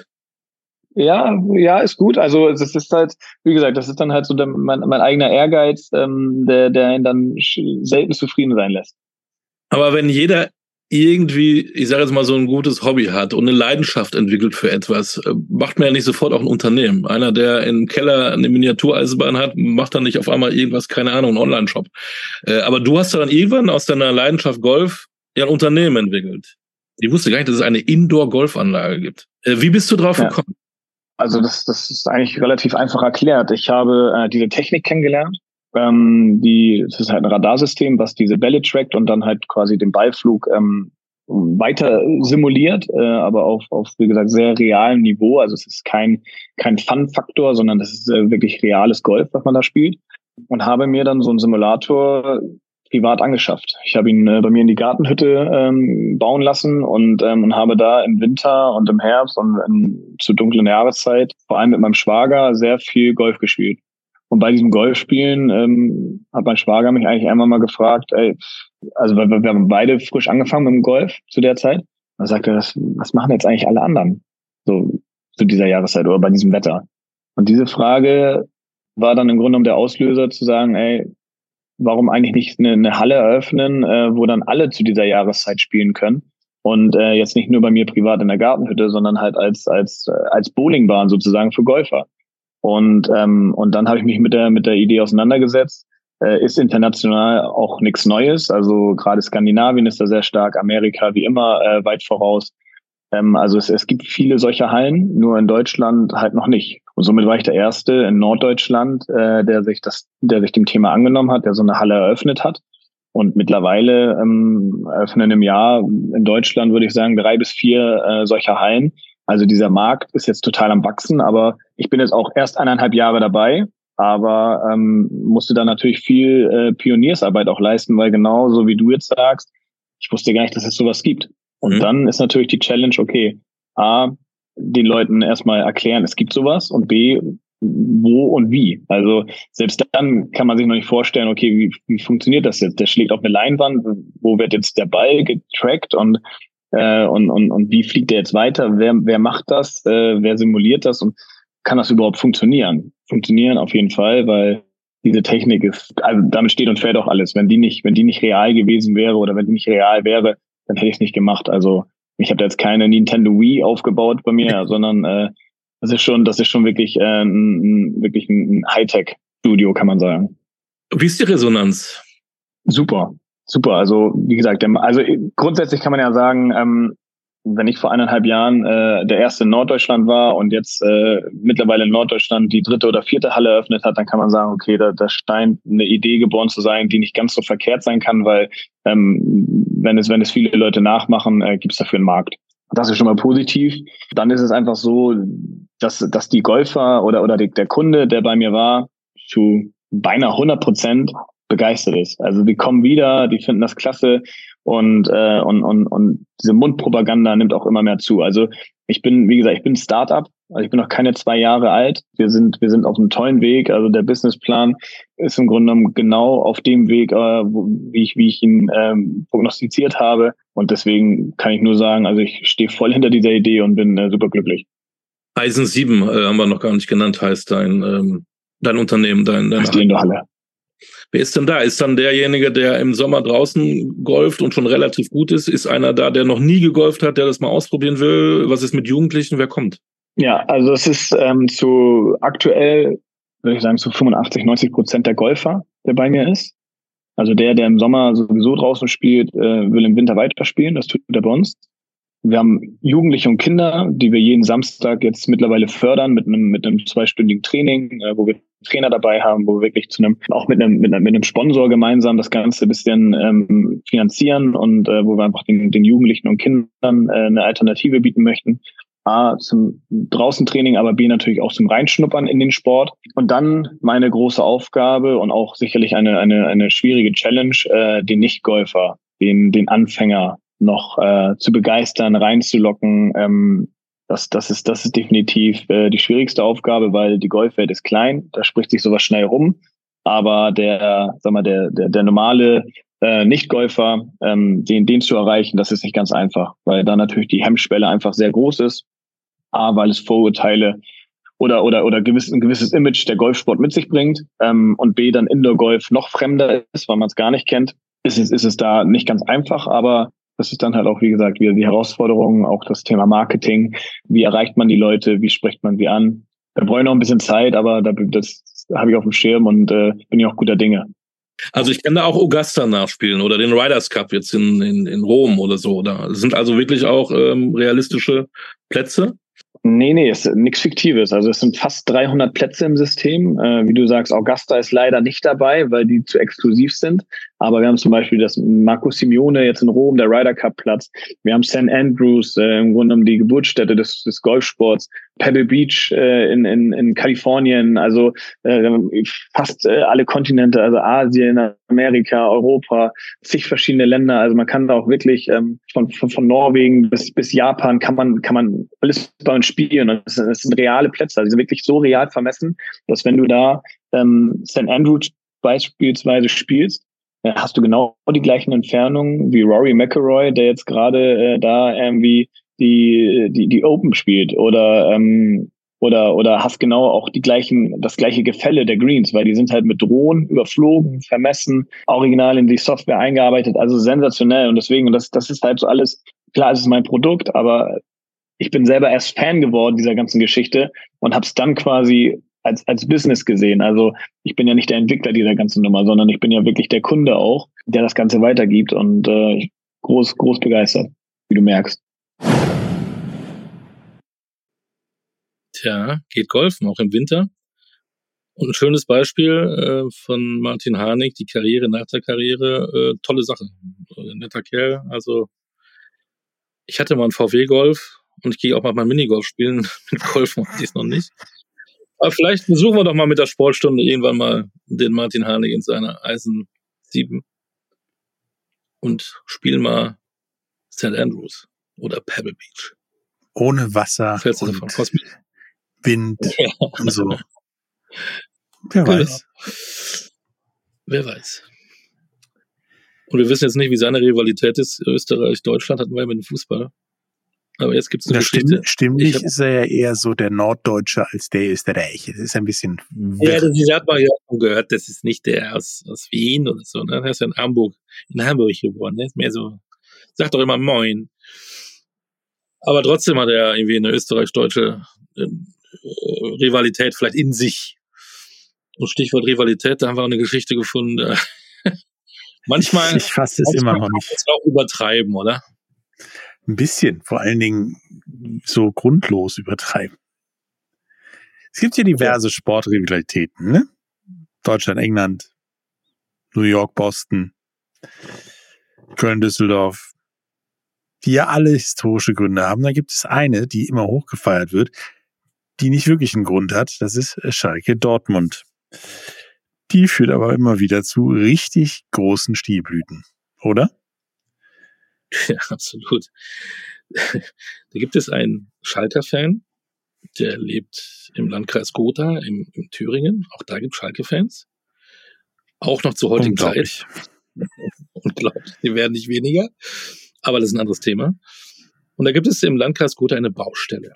G: Ja, ja, ist gut. Also es ist halt, wie gesagt, das ist dann halt so der, mein, mein eigener Ehrgeiz, ähm, der, der ihn dann selten zufrieden sein lässt.
B: Aber wenn jeder irgendwie, ich sage jetzt mal, so ein gutes Hobby hat und eine Leidenschaft entwickelt für etwas, macht man ja nicht sofort auch ein Unternehmen. Einer, der im Keller eine Miniatureisenbahn hat, macht dann nicht auf einmal irgendwas, keine Ahnung, einen Online-Shop. Aber du hast dann irgendwann aus deiner Leidenschaft Golf ja ein Unternehmen entwickelt. Ich wusste gar nicht, dass es eine Indoor-Golfanlage gibt. Wie bist du drauf
G: ja.
B: gekommen?
G: Also das, das ist eigentlich relativ einfach erklärt. Ich habe äh, diese Technik kennengelernt. Ähm, die, das ist halt ein Radarsystem, was diese Bälle trackt und dann halt quasi den Ballflug ähm, weiter simuliert, äh, aber auf, auf, wie gesagt, sehr realem Niveau. Also es ist kein, kein Fun-Faktor, sondern das ist äh, wirklich reales Golf, was man da spielt. Und habe mir dann so einen Simulator privat angeschafft. Ich habe ihn äh, bei mir in die Gartenhütte ähm, bauen lassen und, ähm, und habe da im Winter und im Herbst und in, zur dunklen Jahreszeit vor allem mit meinem Schwager sehr viel Golf gespielt. Und bei diesem Golfspielen ähm, hat mein Schwager mich eigentlich einmal mal gefragt, ey, also wir, wir haben beide frisch angefangen mit dem Golf zu der Zeit. Da sagte er, was, was machen jetzt eigentlich alle anderen so zu dieser Jahreszeit oder bei diesem Wetter? Und diese Frage war dann im Grunde genommen der Auslöser zu sagen, ey, warum eigentlich nicht eine, eine Halle eröffnen, äh, wo dann alle zu dieser Jahreszeit spielen können und äh, jetzt nicht nur bei mir privat in der Gartenhütte, sondern halt als als als Bowlingbahn sozusagen für Golfer. Und ähm, und dann habe ich mich mit der mit der Idee auseinandergesetzt. Äh, ist international auch nichts Neues. Also gerade Skandinavien ist da sehr stark, Amerika wie immer äh, weit voraus. Ähm, also es, es gibt viele solcher Hallen, nur in Deutschland halt noch nicht. Und somit war ich der Erste in Norddeutschland, äh, der sich das, der sich dem Thema angenommen hat, der so eine Halle eröffnet hat. Und mittlerweile ähm, eröffnen im Jahr in Deutschland, würde ich sagen, drei bis vier äh, solcher Hallen. Also dieser Markt ist jetzt total am Wachsen, aber ich bin jetzt auch erst eineinhalb Jahre dabei, aber ähm, musste da natürlich viel äh, Pioniersarbeit auch leisten, weil genau so wie du jetzt sagst, ich wusste gar nicht, dass es sowas gibt. Und mhm. dann ist natürlich die Challenge, okay, A, den Leuten erstmal erklären, es gibt sowas und B, wo und wie. Also selbst dann kann man sich noch nicht vorstellen, okay, wie, wie funktioniert das jetzt? Der schlägt auf eine Leinwand, wo wird jetzt der Ball getrackt und Äh, und, und, und wie fliegt der jetzt weiter? Wer, wer macht das? Äh, wer simuliert das? Und kann das überhaupt funktionieren? Funktionieren auf jeden Fall, weil diese Technik ist, also damit steht und fällt auch alles. Wenn die nicht, wenn die nicht real gewesen wäre oder wenn die nicht real wäre, dann hätte ich es nicht gemacht. Also ich habe da jetzt keine Nintendo Wii aufgebaut bei mir, sondern äh, das ist schon, das ist schon wirklich äh, ein, wirklich ein Hightech-Studio, kann man sagen.
B: Wie ist die Resonanz?
G: Super. Super, also wie gesagt, also grundsätzlich kann man ja sagen, ähm, wenn ich vor eineinhalb Jahren äh, der erste in Norddeutschland war und jetzt äh, mittlerweile in Norddeutschland die dritte oder vierte Halle eröffnet hat, dann kann man sagen, okay, da, da scheint eine Idee geboren zu sein, die nicht ganz so verkehrt sein kann, weil ähm, wenn es wenn es viele Leute nachmachen, äh, gibt es dafür einen Markt. Das ist schon mal positiv. Dann ist es einfach so, dass dass die Golfer oder oder die, der Kunde, der bei mir war, zu beinahe hundert Prozent begeistert ist. Also die kommen wieder, die finden das klasse und äh, und und und diese Mundpropaganda nimmt auch immer mehr zu. Also ich bin, wie gesagt, ich bin Startup, also ich bin noch keine zwei Jahre alt. Wir sind wir sind auf einem tollen Weg. Also der Businessplan ist im Grunde genommen genau auf dem Weg, äh, wo, wie ich wie ich ihn ähm, prognostiziert habe. Und deswegen kann ich nur sagen, also ich stehe voll hinter dieser Idee und bin äh, super glücklich.
B: Eisen sieben äh, haben wir noch gar nicht genannt, heißt dein ähm, dein Unternehmen, dein deine
G: die Halle.
B: Wer ist denn da? Ist dann derjenige, der im Sommer draußen golft und schon relativ gut ist? Ist einer da, der noch nie gegolft hat, der das mal ausprobieren will? Was ist mit Jugendlichen? Wer kommt?
G: Ja, also es ist ähm, zu aktuell, würde ich sagen, zu fünfundachtzig, neunzig Prozent der Golfer, der bei mir ist. Also der, der im Sommer sowieso draußen spielt, äh, will im Winter weiterspielen. Das tut er bei uns. Wir haben Jugendliche und Kinder, die wir jeden Samstag jetzt mittlerweile fördern mit einem mit einem zweistündigen Training, äh, wo wir Trainer dabei haben, wo wir wirklich zu einem auch mit einem mit einem, mit einem Sponsor gemeinsam das Ganze ein bisschen ähm, finanzieren und äh, wo wir einfach den, den Jugendlichen und Kindern äh, eine Alternative bieten möchten. A, zum Draußentraining, aber B, natürlich auch zum Reinschnuppern in den Sport. Und dann meine große Aufgabe und auch sicherlich eine eine eine schwierige Challenge, äh, den Nichtgolfer, den den Anfänger noch äh, zu begeistern, reinzulocken. Ähm, das, das ist, das ist definitiv äh, die schwierigste Aufgabe, weil die Golfwelt ist klein, da spricht sich sowas schnell rum. Aber der, sag mal, der, der, der normale äh, Nicht-Golfer, ähm, den, den zu erreichen, das ist nicht ganz einfach, weil da natürlich die Hemmschwelle einfach sehr groß ist. A, weil es Vorurteile oder oder oder gewiss, ein gewisses Image der Golfsport mit sich bringt. Ähm, und B, dann Indoor-Golf noch fremder ist, weil man es gar nicht kennt. Ist es, ist es da nicht ganz einfach, aber das ist dann halt auch, wie gesagt, wieder die Herausforderung, auch das Thema Marketing. Wie erreicht man die Leute? Wie spricht man sie an? Da brauche ich noch ein bisschen Zeit, aber da, das habe ich auf dem Schirm und äh, bin ja auch guter Dinge.
B: Also ich kann da auch Augusta nachspielen oder den Riders Cup jetzt in, in, in Rom oder so. Da sind also wirklich auch ähm, realistische Plätze?
G: Nee, nee, es ist nichts Fiktives. Also es sind fast dreihundert Plätze im System. Äh, wie du sagst, Augusta ist leider nicht dabei, weil die zu exklusiv sind. Aber wir haben zum Beispiel das Marco Simeone jetzt in Rom, der Ryder Cup Platz. Wir haben Saint Andrews, äh, im Grunde genommen die Geburtsstätte des, des Golfsports. Pebble Beach äh, in, in, in Kalifornien. Also äh, fast äh, alle Kontinente, also Asien, Amerika, Europa, zig verschiedene Länder. Also man kann da auch wirklich ähm, von, von, von Norwegen bis, bis Japan kann man, kann man alles bei uns spielen. Und das sind, das sind reale Plätze. Also die sind wirklich so real vermessen, dass wenn du da ähm, Saint Andrews beispielsweise spielst, äh, hast du genau die gleichen Entfernungen wie Rory McIlroy, der jetzt gerade äh, da irgendwie die die die Open spielt oder ähm, oder oder hast genau auch die gleichen das gleiche Gefälle der Greens, weil die sind halt mit Drohnen überflogen, vermessen, original in die Software eingearbeitet, also sensationell. Und deswegen, und das das ist halt so alles, klar, es ist mein Produkt, aber ich bin selber erst Fan geworden dieser ganzen Geschichte und habe es dann quasi als als Business gesehen. Also ich bin ja nicht der Entwickler dieser ganzen Nummer, sondern ich bin ja wirklich der Kunde auch, der das Ganze weitergibt und äh, groß groß begeistert, wie du merkst.
B: Tja, geht golfen, auch im Winter. Und ein schönes Beispiel äh, von Martin Harnik, die Karriere nach der Karriere, äh, tolle Sache. Äh, netter Kerl, also ich hatte mal einen V W-Golf und ich gehe auch mal mal Minigolf spielen. Mit Golfen hatte ich es noch nicht. Aber vielleicht besuchen wir doch mal mit der Sportstunde irgendwann mal den Martin Harnik in seiner Eisen sieben und spielen mal Saint Andrews oder Pebble Beach.
A: Ohne Wasser
B: Fällst du
A: und
B: davon? Kosmik.
A: Wind
B: Ja.
A: und so. Wer
B: Genau.
A: weiß.
B: Wer weiß. Und wir wissen jetzt nicht, wie seine Rivalität ist. Österreich-Deutschland hatten wir ja mit dem Fußball. Aber jetzt gibt es eine
A: Das
B: Geschichte.
A: stimmt, stimmlich
B: hab,
A: ist er ja eher so der Norddeutsche als der Österreicher. Das ist ein bisschen wirr.
B: Ja, das hat man ja auch gehört. Das ist nicht der aus, aus Wien oder so. Ne? Der ist ja in Hamburg, in Hamburg geboren. Der ist mehr so, sagt doch immer Moin. Aber trotzdem hat er irgendwie eine österreich-deutsche äh, Rivalität vielleicht in sich. Und Stichwort Rivalität, da haben wir auch eine Geschichte gefunden. manchmal
A: ich fasse es immer noch nicht.
B: Kann man es auch übertreiben, oder?
A: ein bisschen, vor allen Dingen so grundlos übertreiben. Es gibt ja diverse Sportrivalitäten, ne? Deutschland, England, New York, Boston, Köln, Düsseldorf, die ja alle historische Gründe haben. Da gibt es eine, die immer hochgefeiert wird, die nicht wirklich einen Grund hat. Das ist Schalke Dortmund. Die führt aber immer wieder zu richtig großen Stilblüten, oder?
B: Ja, absolut. Da gibt es einen Schalker-Fan, der lebt im Landkreis Gotha, im, im Thüringen. Auch da gibt es Schalke-Fans. Auch noch zur heutigen Zeit. Unglaublich. Die werden nicht weniger. Aber das ist ein anderes Thema. Und da gibt es im Landkreis Gotha eine Baustelle.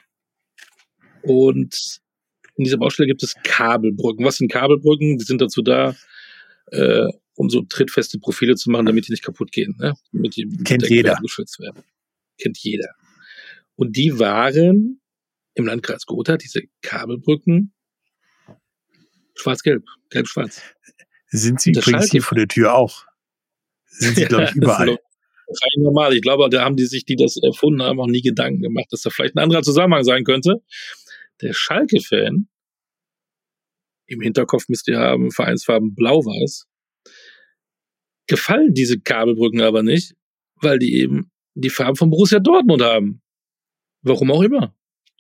B: Und in dieser Baustelle gibt es Kabelbrücken. Was sind Kabelbrücken? Die sind dazu da, äh, um so trittfeste Profile zu machen, damit die nicht kaputt gehen. Ne? Damit die
A: Kennt jeder.
B: Geschützt werden. Kennt jeder. Und die waren im Landkreis Gotha, diese Kabelbrücken, schwarz-gelb, gelb-schwarz.
A: Sind sie übrigens hier vor der Tür auch? Sind sie, ja, glaube ich, überall.
B: Wahrscheinlich normal. Ich glaube, da haben die sich, die das erfunden haben, auch nie Gedanken gemacht, dass da vielleicht ein anderer Zusammenhang sein könnte. Der Schalke-Fan, im Hinterkopf müsst ihr haben, Vereinsfarben blau-weiß, gefallen diese Kabelbrücken aber nicht, weil die eben die Farben von Borussia Dortmund haben. Warum auch immer.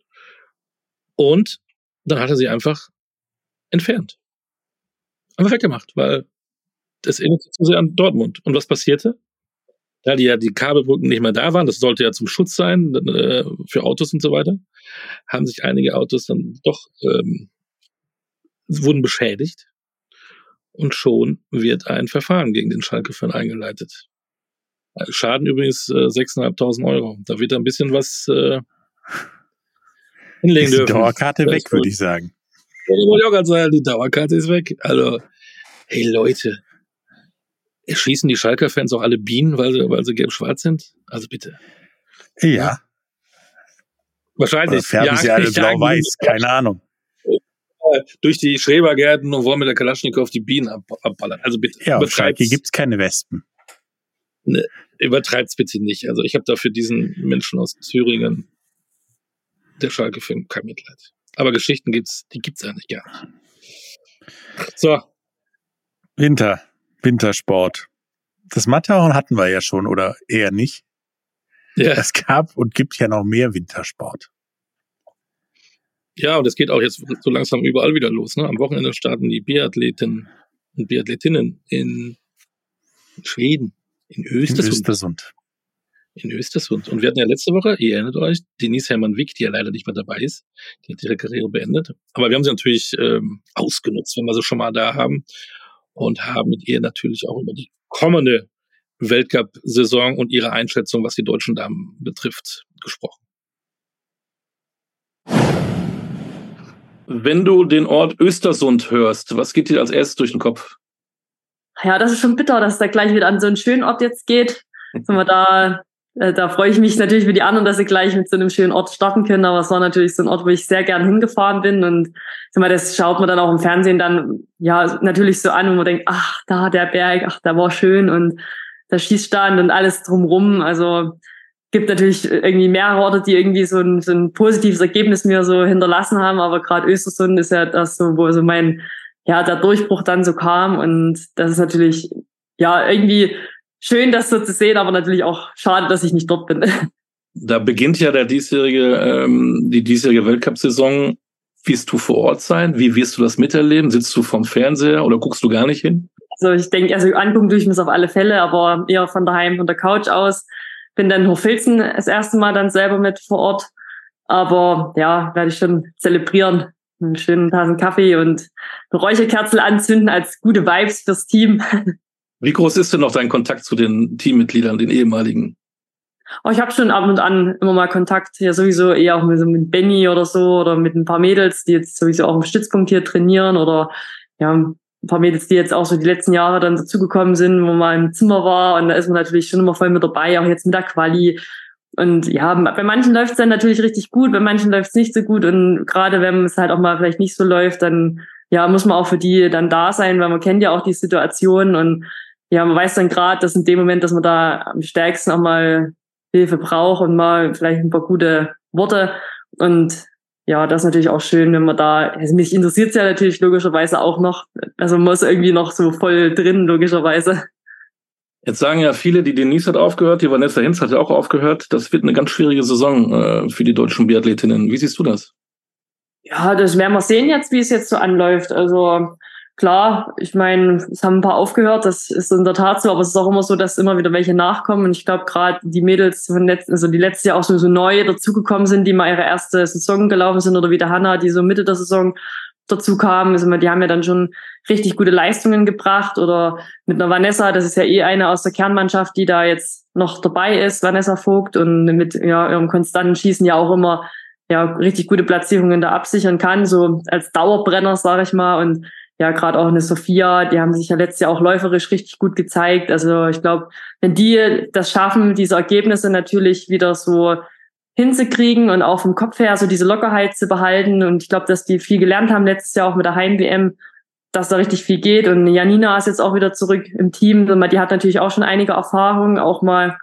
B: Und dann hat er sie einfach entfernt. Einfach weggemacht, weil das erinnert sich zu sehr an Dortmund. Und was passierte? Da die ja die Kabelbrücken nicht mehr da waren, das sollte ja zum Schutz sein, äh, für Autos und so weiter, haben sich einige Autos dann doch, ähm, wurden beschädigt. Und schon wird ein Verfahren gegen den Schalke-Fan eingeleitet. Schaden übrigens äh, sechstausendfünfhundert Euro. Da wird ein bisschen was äh, hinlegen
A: ist die
B: dürfen.
A: Die Dauerkarte weg, würde ich sagen.
B: Ja, die wollte ich auch gerade sagen, die Dauerkarte ist weg. Also, hey Leute, erschießen die Schalker-Fans auch alle Bienen, weil sie, weil sie gelb-schwarz sind? Also bitte.
A: Ja. ja.
B: Wahrscheinlich.
A: Oder färben sie alle blau-weiß, keine Ahnung.
B: Durch die Schrebergärten und wollen mit der Kalaschnikow die Bienen ab, abballern. Also bitte.
A: Ja, auf Schalke gibt es keine Wespen.
B: Ne, übertreibt's bitte nicht. Also ich habe da für diesen Menschen aus Thüringen, der Schalke-Film, kein Mitleid. Aber Geschichten gibt's, die gibt's eigentlich gar nicht. So.
A: Winter, Wintersport. Das Matterhorn hatten wir ja schon, oder eher nicht. Ja. Es gab und gibt ja noch mehr Wintersport.
B: Ja, und es geht auch jetzt so langsam überall wieder los. Ne? Am Wochenende starten die Biathleten und Biathletinnen in Schweden, in Östersund.
A: In Östersund.
B: In Östersund. Und wir hatten ja letzte Woche, ihr erinnert euch, Denise Hermann-Wick, die ja leider nicht mehr dabei ist, die hat ihre Karriere beendet. Aber wir haben sie natürlich ähm, ausgenutzt, wenn wir sie schon mal da haben. Und haben mit ihr natürlich auch über die kommende Weltcup-Saison und ihre Einschätzung, was die deutschen Damen betrifft, gesprochen. Wenn du den Ort Östersund hörst, was geht dir als erstes durch den Kopf?
H: Ja, das ist schon bitter, dass es da gleich wieder an so einen schönen Ort jetzt geht. Also da, da freue ich mich natürlich für die anderen, dass sie gleich mit so einem schönen Ort starten können. Aber es war natürlich so ein Ort, wo ich sehr gern hingefahren bin. Und das schaut man dann auch im Fernsehen dann ja natürlich so an, wo man denkt, ach, da der Berg, ach, da war schön und der Schießstand und alles drumrum. Also gibt natürlich irgendwie mehrere Orte, die irgendwie so ein, so ein positives Ergebnis mir so hinterlassen haben. Aber gerade Östersund ist ja das so, wo so mein, ja, der Durchbruch dann so kam. Und das ist natürlich, ja, irgendwie schön, das so zu sehen, aber natürlich auch schade, dass ich nicht dort bin.
B: Da beginnt ja der diesjährige, ähm, die diesjährige Weltcup-Saison. Wirst du vor Ort sein? Wie wirst du das miterleben? Sitzt du vorm Fernseher oder guckst du gar nicht hin?
H: Also ich denke, also angucken tue ich mir es auf alle Fälle, aber eher von daheim, von der Couch aus. Bin dann in Hochfilzen das erste Mal dann selber mit vor Ort. Aber ja, werde ich schon zelebrieren. Einen schönen Tassen Kaffee und eine Räucherkerzel anzünden als gute Vibes fürs Team.
B: Wie groß ist denn noch dein Kontakt zu den Teammitgliedern, den ehemaligen?
H: Oh, ich habe schon ab und an immer mal Kontakt, ja sowieso eher auch mit, so mit Benny oder so oder mit ein paar Mädels, die jetzt sowieso auch im Stützpunkt hier trainieren oder ja ein paar Mädels, die jetzt auch so die letzten Jahre dann dazugekommen sind, wo man im Zimmer war und da ist man natürlich schon immer voll mit dabei, auch jetzt mit der Quali. Und ja, bei manchen läuft es dann natürlich richtig gut, bei manchen läuft es nicht so gut und gerade wenn es halt auch mal vielleicht nicht so läuft, dann ja muss man auch für die dann da sein, weil man kennt ja auch die Situation und ja, man weiß dann gerade, dass in dem Moment, dass man da am stärksten auch mal Hilfe braucht und mal vielleicht ein paar gute Worte. Und ja, das ist natürlich auch schön, wenn man da, also mich interessiert es ja natürlich logischerweise auch noch, also man ist irgendwie noch so voll drin, logischerweise.
B: Jetzt sagen ja viele, die Denise hat aufgehört, die Vanessa Hinz hat ja auch aufgehört. Das wird eine ganz schwierige Saison äh, für die deutschen Biathletinnen. Wie siehst du das?
H: Ja, das werden wir sehen jetzt, wie es jetzt so anläuft. Also klar, ich meine, es haben ein paar aufgehört, das ist in der Tat so, aber es ist auch immer so, dass immer wieder welche nachkommen. Und ich glaube, gerade die Mädels von letzten, also die letztes Jahr auch so, so neu dazugekommen sind, die mal ihre erste Saison gelaufen sind, oder wie der Hanna, die so Mitte der Saison dazu kamen. Also die haben ja dann schon richtig gute Leistungen gebracht. Oder mit einer Vanessa, das ist ja eh eine aus der Kernmannschaft, die da jetzt noch dabei ist, Vanessa Vogt, und mit ja, ihrem konstanten Schießen ja auch immer ja richtig gute Platzierungen da absichern kann, so als Dauerbrenner, sage ich mal. Und ja, gerade auch eine Sophia, die haben sich ja letztes Jahr auch läuferisch richtig gut gezeigt. Also ich glaube, wenn die das schaffen, diese Ergebnisse natürlich wieder so hinzukriegen und auch vom Kopf her so diese Lockerheit zu behalten. Und ich glaube, dass die viel gelernt haben letztes Jahr auch mit der Heim-W M, dass da richtig viel geht. Und Janina ist jetzt auch wieder zurück im Team. Die hat natürlich auch schon einige Erfahrungen, auch mal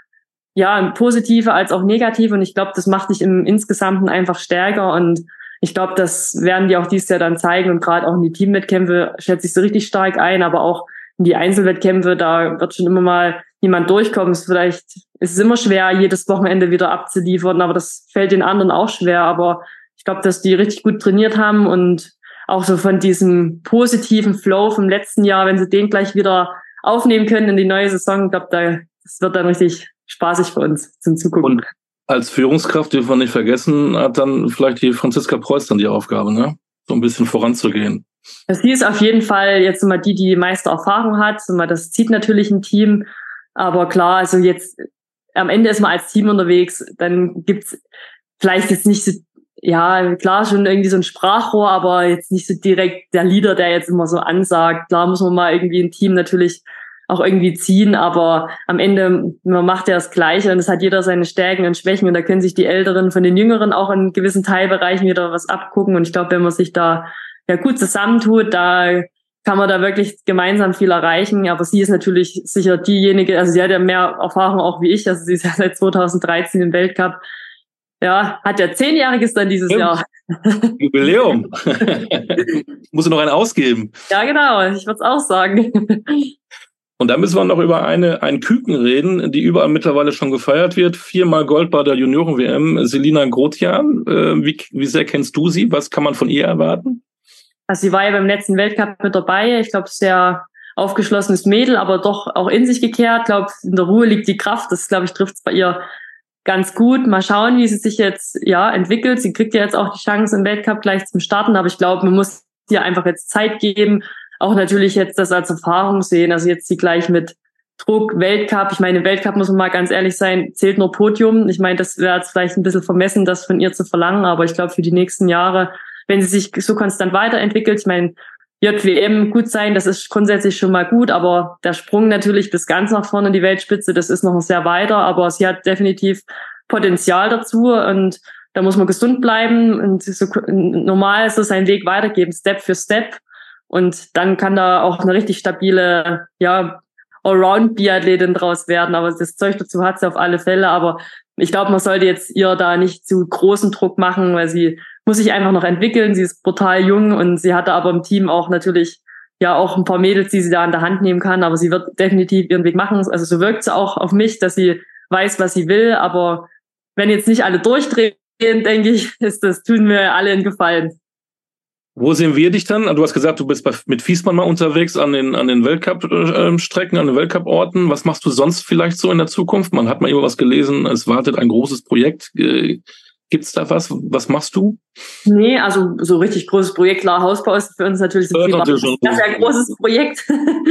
H: ja positive als auch negative. Und ich glaube, das macht dich im Insgesamten einfach stärker. Und ich glaube, das werden die auch dieses Jahr dann zeigen. Und gerade auch in die Teamwettkämpfe schätze ich so richtig stark ein, aber auch in die Einzelwettkämpfe, da wird schon immer mal jemand durchkommen. Es vielleicht ist es immer schwer, jedes Wochenende wieder abzuliefern, aber das fällt den anderen auch schwer. Aber ich glaube, dass die richtig gut trainiert haben und auch so von diesem positiven Flow vom letzten Jahr, wenn sie den gleich wieder aufnehmen können in die neue Saison, ich glaube, da, das wird dann richtig spaßig für uns zum Zugucken.
B: Und als Führungskraft, dürfen wir nicht vergessen, hat dann vielleicht die Franziska Preuß dann die Aufgabe, ne? So ein bisschen voranzugehen.
H: Sie ist auf jeden Fall jetzt immer die, die die meiste Erfahrung hat. Das zieht natürlich ein Team. Aber klar, also jetzt am Ende ist man als Team unterwegs, dann gibt's vielleicht jetzt nicht so, ja, klar, schon irgendwie so ein Sprachrohr, aber jetzt nicht so direkt der Leader, der jetzt immer so ansagt. Klar muss man mal irgendwie ein Team natürlich auch irgendwie ziehen, aber am Ende, man macht ja das Gleiche und es hat jeder seine Stärken und Schwächen und da können sich die Älteren von den Jüngeren auch in gewissen Teilbereichen wieder was abgucken und ich glaube, wenn man sich da ja gut zusammentut, da kann man da wirklich gemeinsam viel erreichen, aber sie ist natürlich sicher diejenige, also sie hat ja mehr Erfahrung auch wie ich, also sie ist ja seit zweitausenddreizehn im Weltcup, ja, hat ja zehnjähriges dann dieses
B: Stimmt.
H: Jahr.
B: Jubiläum. Muss noch einen ausgeben.
H: Ja, genau, ich würde es auch sagen.
B: Und dann müssen wir noch über eine ein Küken reden, die überall mittlerweile schon gefeiert wird. Viermal Gold bei der Junioren-W M, Selina Grotian. Äh, wie, wie sehr kennst du sie? Was kann man von ihr erwarten?
H: Also sie war ja beim letzten Weltcup mit dabei. Ich glaube, sehr aufgeschlossenes Mädel, aber doch auch in sich gekehrt. Ich glaube, in der Ruhe liegt die Kraft. Das, glaube ich, trifft es bei ihr ganz gut. Mal schauen, wie sie sich jetzt ja entwickelt. Sie kriegt ja jetzt auch die Chance im Weltcup gleich zum Starten, aber ich glaube, man muss ihr einfach jetzt Zeit geben. Auch natürlich jetzt das als Erfahrung sehen. Also jetzt sie gleich mit Druck, Weltcup. Ich meine, Weltcup muss man mal ganz ehrlich sein, zählt nur Podium. Ich meine, das wäre jetzt vielleicht ein bisschen vermessen, das von ihr zu verlangen. Aber ich glaube, für die nächsten Jahre, wenn sie sich so konstant weiterentwickelt, ich meine, J W M gut sein, das ist grundsätzlich schon mal gut. Aber der Sprung natürlich bis ganz nach vorne in die Weltspitze, das ist noch sehr weiter. Aber sie hat definitiv Potenzial dazu. Und da muss man gesund bleiben und so normal so seinen Weg weitergeben, Step für Step. Und dann kann da auch eine richtig stabile, ja, Allround-Biathletin draus werden. Aber das Zeug dazu hat sie auf alle Fälle. Aber ich glaube, man sollte jetzt ihr da nicht zu großen Druck machen, weil sie muss sich einfach noch entwickeln. Sie ist brutal jung und sie hatte aber im Team auch natürlich ja auch ein paar Mädels, die sie da an der Hand nehmen kann. Aber sie wird definitiv ihren Weg machen. Also so wirkt sie auch auf mich, dass sie weiß, was sie will. Aber wenn jetzt nicht alle durchdrehen, denke ich, ist das, tun mir alle einen Gefallen.
B: Wo sehen wir dich dann? Du hast gesagt, du bist bei, mit Fiesmann mal unterwegs an den, an den Weltcup-Strecken, an den Weltcup-Orten. Was machst du sonst vielleicht so in der Zukunft? Man hat mal immer was gelesen, es wartet ein großes Projekt. Gibt's da was? Was machst du?
H: Nee, also so richtig großes Projekt. Klar, Hausbau ist für uns natürlich so privat. Das ist ja ein großes Projekt.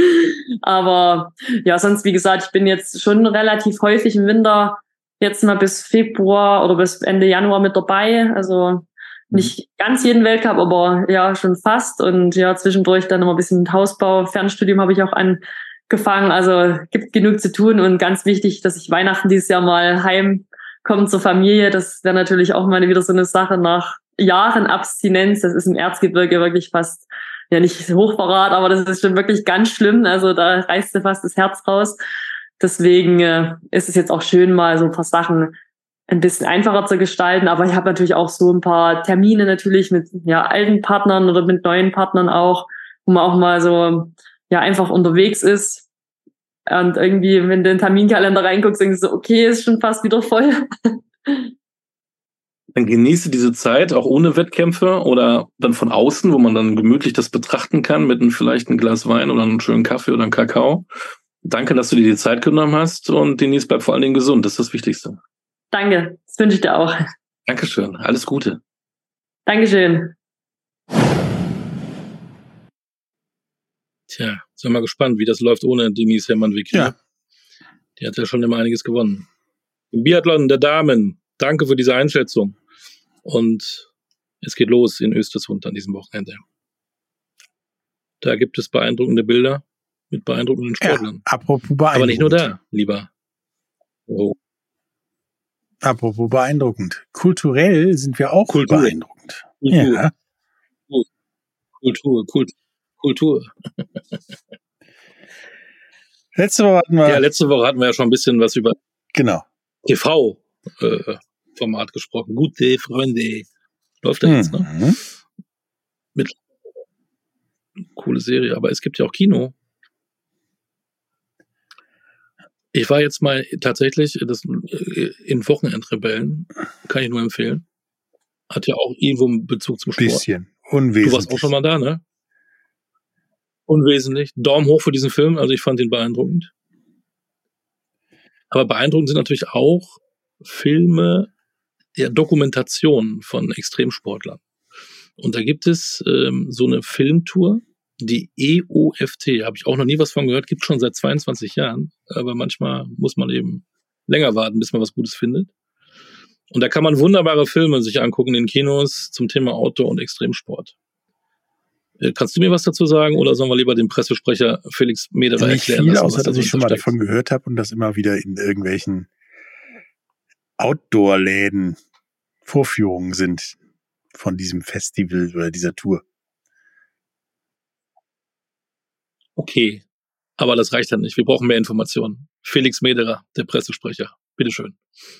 H: Aber ja, sonst, wie gesagt, ich bin jetzt schon relativ häufig im Winter jetzt mal bis Februar oder bis Ende Januar mit dabei. Also nicht ganz jeden Weltcup, aber ja, schon fast. Und ja, zwischendurch dann noch ein bisschen mit Hausbau. Fernstudium habe ich auch angefangen. Also gibt genug zu tun und ganz wichtig, dass ich Weihnachten dieses Jahr mal heimkomme zur Familie. Das wäre natürlich auch mal wieder so eine Sache nach Jahren Abstinenz. Das ist im Erzgebirge wirklich fast, ja nicht Hochverrat, aber das ist schon wirklich ganz schlimm. Also da reißt dir fast das Herz raus. Deswegen äh, ist es jetzt auch schön, mal so ein paar Sachen ein bisschen einfacher zu gestalten. Aber ich habe natürlich auch so ein paar Termine natürlich mit ja alten Partnern oder mit neuen Partnern auch, wo man auch mal so ja einfach unterwegs ist. Und irgendwie, wenn du in den Terminkalender reinguckst, denkst du so, okay, ist schon fast wieder voll.
B: Dann genieße diese Zeit auch ohne Wettkämpfe oder dann von außen, wo man dann gemütlich das betrachten kann mit einem, vielleicht ein Glas Wein oder einem schönen Kaffee oder einem Kakao. Danke, dass du dir die Zeit genommen hast und Denise, bleib vor allen Dingen gesund. Das ist das Wichtigste.
H: Danke, das wünsche ich dir auch.
B: Dankeschön, alles Gute.
H: Dankeschön.
B: Tja, sind wir mal gespannt, wie das läuft ohne Denise Hermann-Wick.
A: Ja.
B: Die hat ja schon immer einiges gewonnen. Im Biathlon der Damen, danke für diese Einschätzung. Und es geht los in Östersund an diesem Wochenende. Da gibt es beeindruckende Bilder mit beeindruckenden Sportlern.
A: Ja, apropos beeindruckend.
B: Aber nicht nur da, lieber. Oh.
A: Apropos beeindruckend. Kulturell sind wir auch
B: Kultur.
A: beeindruckend.
B: Kultur.
A: Ja.
B: Kultur, Kultur, Kultur.
A: Letzte Woche hatten wir...
B: Ja, letzte Woche hatten wir ja schon ein bisschen was über
A: Genau.
B: T V-Format äh, gesprochen. Gute Freunde. Läuft da jetzt,
A: Mhm.
B: ne? Mit coole Serie, aber es gibt ja auch Kino. Ich war jetzt mal tatsächlich das, in Wochenendrebellen, kann ich nur empfehlen. Hat ja auch irgendwo einen Bezug zum Sport.
A: Bisschen. Unwesentlich.
B: Du warst auch schon mal da, ne? Unwesentlich. Daumen hoch für diesen Film, also ich fand ihn beeindruckend. Aber beeindruckend sind natürlich auch Filme, ja, Dokumentationen von Extremsportlern. Und da gibt es ähm, so eine Filmtour, die E O F T, habe ich auch noch nie was von gehört, gibt schon seit zweiundzwanzig Jahren, aber manchmal muss man eben länger warten, bis man was Gutes findet. Und da kann man wunderbare Filme sich angucken in Kinos zum Thema Outdoor und Extremsport. Äh, kannst du mir was dazu sagen oder sollen wir lieber den Pressesprecher Felix Mederer
A: Nicht
B: erklären
A: viel,
B: lassen,
A: außer
B: was da
A: dass
B: so
A: ich schon mal
B: hintersteckt?
A: davon gehört habe und das immer wieder in irgendwelchen Outdoor-Läden Vorführungen sind von diesem Festival oder dieser Tour.
B: Okay, aber das reicht dann nicht. Wir brauchen mehr Informationen. Felix Mederer, der Pressesprecher. Bitteschön.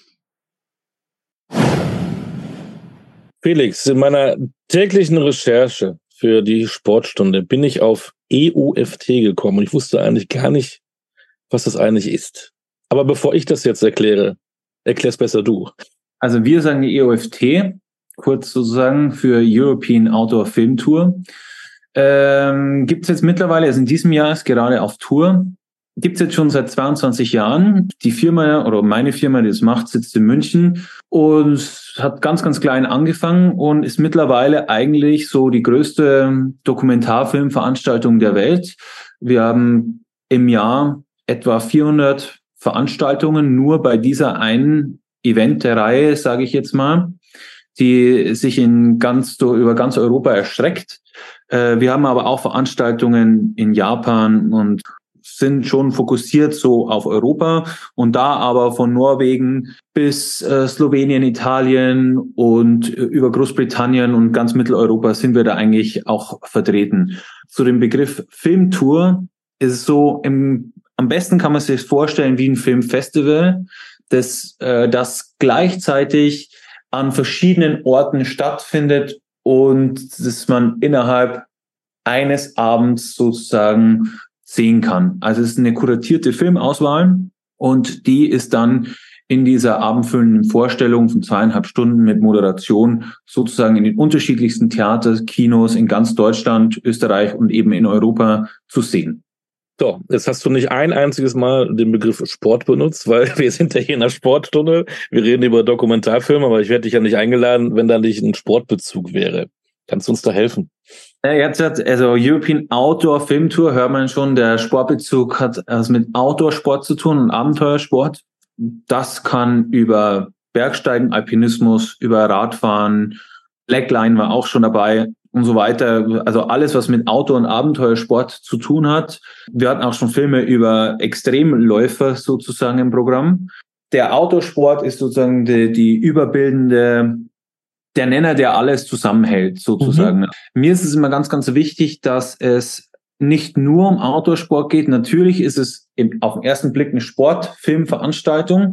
B: Felix, in meiner täglichen Recherche für die Sportstunde bin ich auf E O F T gekommen und ich wusste eigentlich gar nicht, was das eigentlich ist. Aber bevor ich das jetzt erkläre, erklär's besser du.
F: Also wir sagen die E O F T, kurz sozusagen für European Outdoor Film Tour. Ähm, gibt es jetzt mittlerweile, also in diesem Jahr ist gerade auf Tour, gibt es jetzt schon seit zweiundzwanzig Jahren. Die Firma oder meine Firma, die das macht, sitzt in München und hat ganz, ganz klein angefangen und ist mittlerweile eigentlich so die größte Dokumentarfilmveranstaltung der Welt. Wir haben im Jahr etwa vierhundert Veranstaltungen nur bei dieser einen Event-Reihe, sage ich jetzt mal, die sich in ganz, über ganz Europa erstreckt. Wir haben aber auch Veranstaltungen in Japan und sind schon fokussiert so auf Europa und da aber von Norwegen bis äh, Slowenien, Italien und äh, über Großbritannien und ganz Mitteleuropa sind wir da eigentlich auch vertreten. Zu dem Begriff Filmtour ist es so, im, am besten kann man sich vorstellen wie ein Filmfestival, das, äh, das gleichzeitig an verschiedenen Orten stattfindet und das man innerhalb eines Abends sozusagen sehen kann. Also es ist eine kuratierte Filmauswahl und die ist dann in dieser abendfüllenden Vorstellung von zweieinhalb Stunden mit Moderation sozusagen in den unterschiedlichsten Theaters, Kinos in ganz Deutschland, Österreich und eben in Europa zu sehen.
B: So, jetzt hast du nicht ein einziges Mal den Begriff Sport benutzt, weil wir sind ja hier in der Sportstunde. Wir reden über Dokumentarfilme, aber ich werde dich ja nicht eingeladen, wenn da nicht ein Sportbezug wäre. Kannst du uns da helfen?
F: Jetzt hat, also European Outdoor Film Tour, hört man schon, der Sportbezug hat also mit Outdoor-Sport zu tun und Abenteuersport. Das kann über Bergsteigen, Alpinismus, über Radfahren, Slackline war auch schon dabei und so weiter. Also alles, was mit Outdoor- und Abenteuersport zu tun hat. Wir hatten auch schon Filme über Extremläufer sozusagen im Programm. Der Outdoor-Sport ist sozusagen die, die überbildende der Nenner, der alles zusammenhält, sozusagen. Mhm. Mir ist es immer ganz, ganz wichtig, dass es
I: nicht nur um Outdoor-Sport geht. Natürlich ist es im, auf den ersten Blick eine Sportfilmveranstaltung,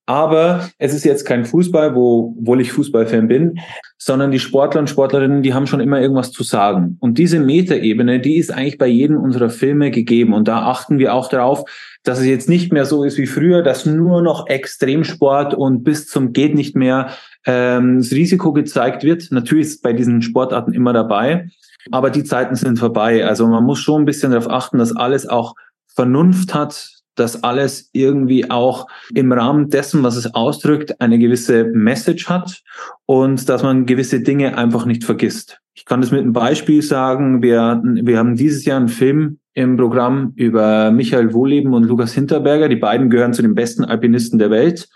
I: aber es ist jetzt kein Fußball, wo, obwohl ich Fußballfan bin, sondern die Sportler und Sportlerinnen, die haben schon immer irgendwas zu sagen. Und diese Metaebene, die ist eigentlich bei jedem unserer Filme gegeben. Und da achten wir auch darauf, dass es jetzt nicht mehr so ist wie früher, dass nur noch Extremsport und bis zum geht nicht mehr ähm, das Risiko gezeigt wird. Natürlich ist es bei diesen Sportarten immer dabei, aber die Zeiten sind vorbei. Also man muss schon ein bisschen darauf achten, dass alles auch Vernunft hat, dass alles irgendwie auch im Rahmen dessen, was es ausdrückt, eine gewisse Message hat und dass man gewisse Dinge einfach nicht vergisst. Ich kann das mit einem Beispiel sagen. Wir, wir haben dieses Jahr einen Film im Programm über Michael Wohleben und Lukas Hinterberger. Die beiden gehören zu den besten Alpinisten der Welt.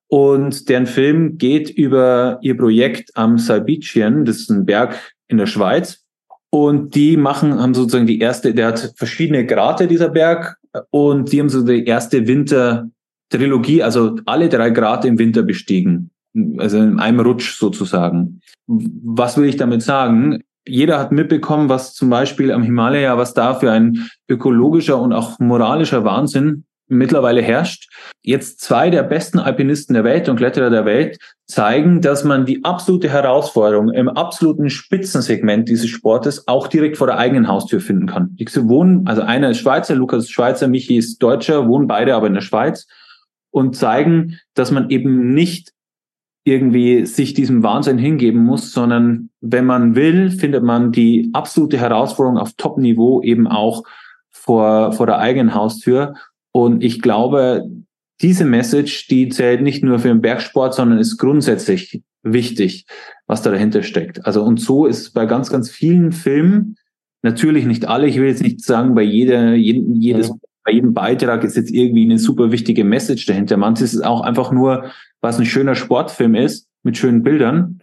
I: Und deren Film geht über ihr Projekt am Saibicien. Das ist ein Berg in der Schweiz. Und die machen, haben sozusagen die erste, der hat verschiedene Grate, dieser Berg. Und die haben so die erste Wintertrilogie, also alle drei Grate im Winter bestiegen. Also in einem Rutsch sozusagen. Was will ich damit sagen? Jeder hat mitbekommen, was zum Beispiel am Himalaya, was da für ein ökologischer und auch moralischer Wahnsinn mittlerweile herrscht. Jetzt zwei der besten Alpinisten der Welt und Kletterer der Welt zeigen, dass man die absolute Herausforderung im absoluten Spitzensegment dieses Sportes auch direkt vor der eigenen Haustür finden kann. Die wohnen, also einer ist Schweizer, Lukas ist Schweizer, Michi ist Deutscher, wohnen beide aber in der Schweiz und zeigen, dass man eben nicht irgendwie sich diesem Wahnsinn hingeben muss, sondern wenn man will, findet man die absolute Herausforderung auf Top-Niveau eben auch vor, vor der eigenen Haustür. Und ich glaube, diese Message, die zählt nicht nur für den Bergsport, sondern ist grundsätzlich wichtig, was da dahinter steckt. Also und so ist bei ganz, ganz vielen Filmen, natürlich nicht alle, ich will jetzt nicht sagen, bei jeder, jedem, jedes, bei jedem Beitrag ist jetzt irgendwie eine super wichtige Message dahinter. Manches ist auch einfach nur, was ein schöner Sportfilm ist, mit schönen Bildern.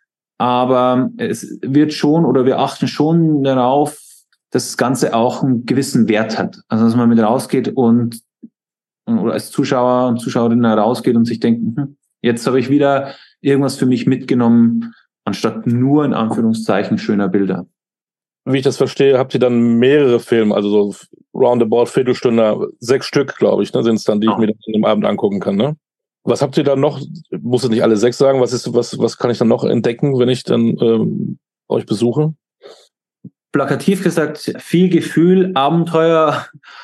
I: Aber es wird schon, oder wir achten schon darauf, dass das Ganze auch einen gewissen Wert hat. Also dass man mit rausgeht und oder als Zuschauer und Zuschauerinnen rausgeht und sich denkt, hm, jetzt habe ich wieder irgendwas für mich mitgenommen, anstatt nur in Anführungszeichen schöner Bilder.
B: Wie ich das verstehe, habt ihr dann mehrere Filme, also so roundabout Viertelstunde, sechs Stück, glaube ich, ne, sind es dann, die ich mir dann an dem Abend angucken kann, ne? Was habt ihr dann noch? Muss es nicht alle sechs sagen? Was ist, was, was kann ich dann noch entdecken, wenn ich dann ähm, euch besuche?
I: Plakativ gesagt, viel Gefühl, Abenteuer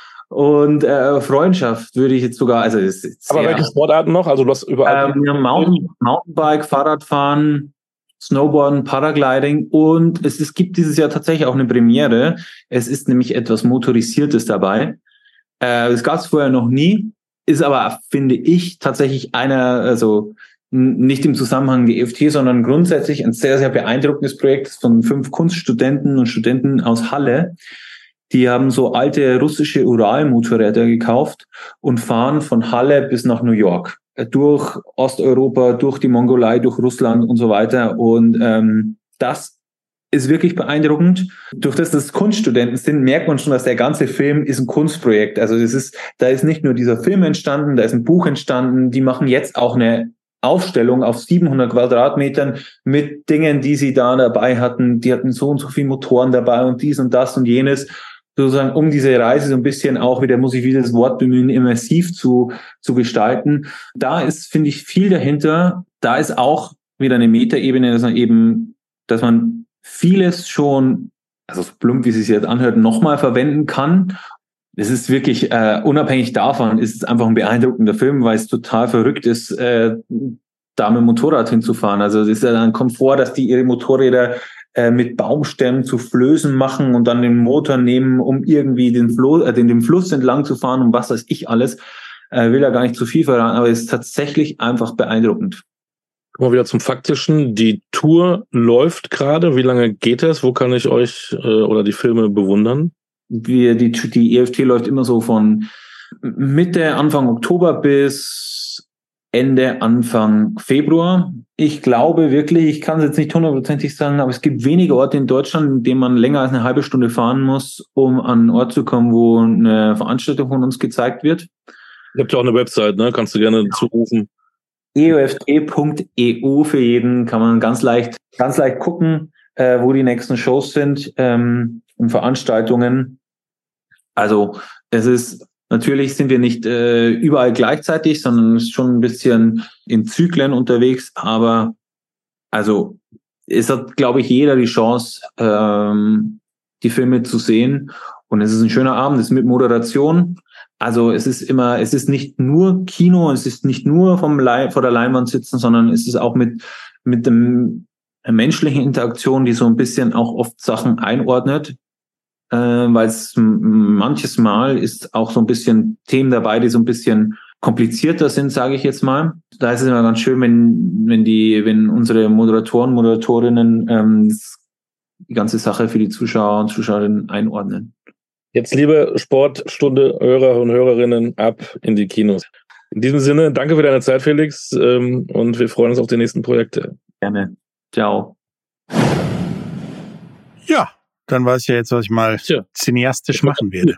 I: und äh, Freundschaft würde ich jetzt sogar, also das ist
B: aber welche Sportarten noch? Also du hast überall
I: ähm, wir haben Mountain, Mountainbike, Fahrradfahren, Snowboarden, Paragliding und es, es gibt dieses Jahr tatsächlich auch eine Premiere. Es ist nämlich etwas Motorisiertes dabei. Äh, das gab es vorher noch nie, ist aber, finde ich, tatsächlich einer, also nicht im Zusammenhang die E F T, sondern grundsätzlich ein sehr, sehr beeindruckendes Projekt von fünf Kunststudenten und Studenten aus Halle. Die haben so alte russische Ural-Motorräder gekauft und fahren von Halle bis nach New York. Durch Osteuropa, durch die Mongolei, durch Russland und so weiter. Und ähm, das ist wirklich beeindruckend. Durch das, dass es Kunststudenten sind, merkt man schon, dass der ganze Film ist ein Kunstprojekt. Also das ist, da ist nicht nur dieser Film entstanden, da ist ein Buch entstanden. Die machen jetzt auch eine Aufstellung auf siebenhundert Quadratmetern mit Dingen, die sie da dabei hatten. Die hatten so und so viele Motoren dabei und dies und das und jenes. Sozusagen, um diese Reise so ein bisschen auch wieder, muss ich wieder das Wort bemühen, immersiv zu, zu gestalten. Da ist, finde ich, viel dahinter. Da ist auch wieder eine Metaebene, dass man eben, dass man vieles schon, also so plump, wie es sich jetzt anhört, nochmal verwenden kann. Es ist wirklich, äh, unabhängig davon, ist es einfach ein beeindruckender Film, weil es total verrückt ist, äh, da mit dem Motorrad hinzufahren. Also es ist ja dann Komfort, dass die ihre Motorräder äh, mit Baumstämmen zu Flößen machen und dann den Motor nehmen, um irgendwie den, Flo äh, den, den Fluss entlang zu fahren und was weiß ich alles. Äh, will da gar nicht zu viel verraten, aber es ist tatsächlich einfach beeindruckend.
B: Kommen wir wieder zum Faktischen. Die Tour läuft gerade. Wie lange geht das? Wo kann ich euch äh, oder die Filme bewundern?
I: Wir, die, die E F T läuft immer so von Mitte, Anfang Oktober bis Ende, Anfang Februar. Ich glaube wirklich, ich kann es jetzt nicht hundertprozentig sagen, aber es gibt wenige Orte in Deutschland, in denen man länger als eine halbe Stunde fahren muss, um an einen Ort zu kommen, wo eine Veranstaltung von uns gezeigt wird.
B: Ihr habt ja auch eine Website, ne? Kannst du gerne ja. zurufen.
I: E O F T Punkt E U für jeden kann man ganz leicht, ganz leicht gucken, äh, wo die nächsten Shows sind ähm, und Veranstaltungen. Also es ist, natürlich sind wir nicht äh, überall gleichzeitig, sondern es ist schon ein bisschen in Zyklen unterwegs, aber also es hat, glaube ich, jeder die Chance, ähm, die Filme zu sehen. Und es ist ein schöner Abend, es ist mit Moderation. Also es ist immer, es ist nicht nur Kino, es ist nicht nur vom Le- vor der Leinwand sitzen, sondern es ist auch mit mit dem menschlichen Interaktion, die so ein bisschen auch oft Sachen einordnet, äh, weil es m- manches Mal ist auch so ein bisschen Themen dabei, die so ein bisschen komplizierter sind, sage ich jetzt mal. Da ist es immer ganz schön, wenn wenn die, wenn unsere Moderatoren, Moderatorinnen ähm, die ganze Sache für die Zuschauer und Zuschauerinnen einordnen.
B: Jetzt, liebe Sportstunde Hörer und Hörerinnen, ab in die Kinos. In diesem Sinne, danke für deine Zeit, Felix, ähm, und wir freuen uns auf die nächsten Projekte.
I: Gerne. Ciao.
A: Ja, dann weiß ich ja jetzt, was ich mal
B: Tja.
A: cineastisch machen werde.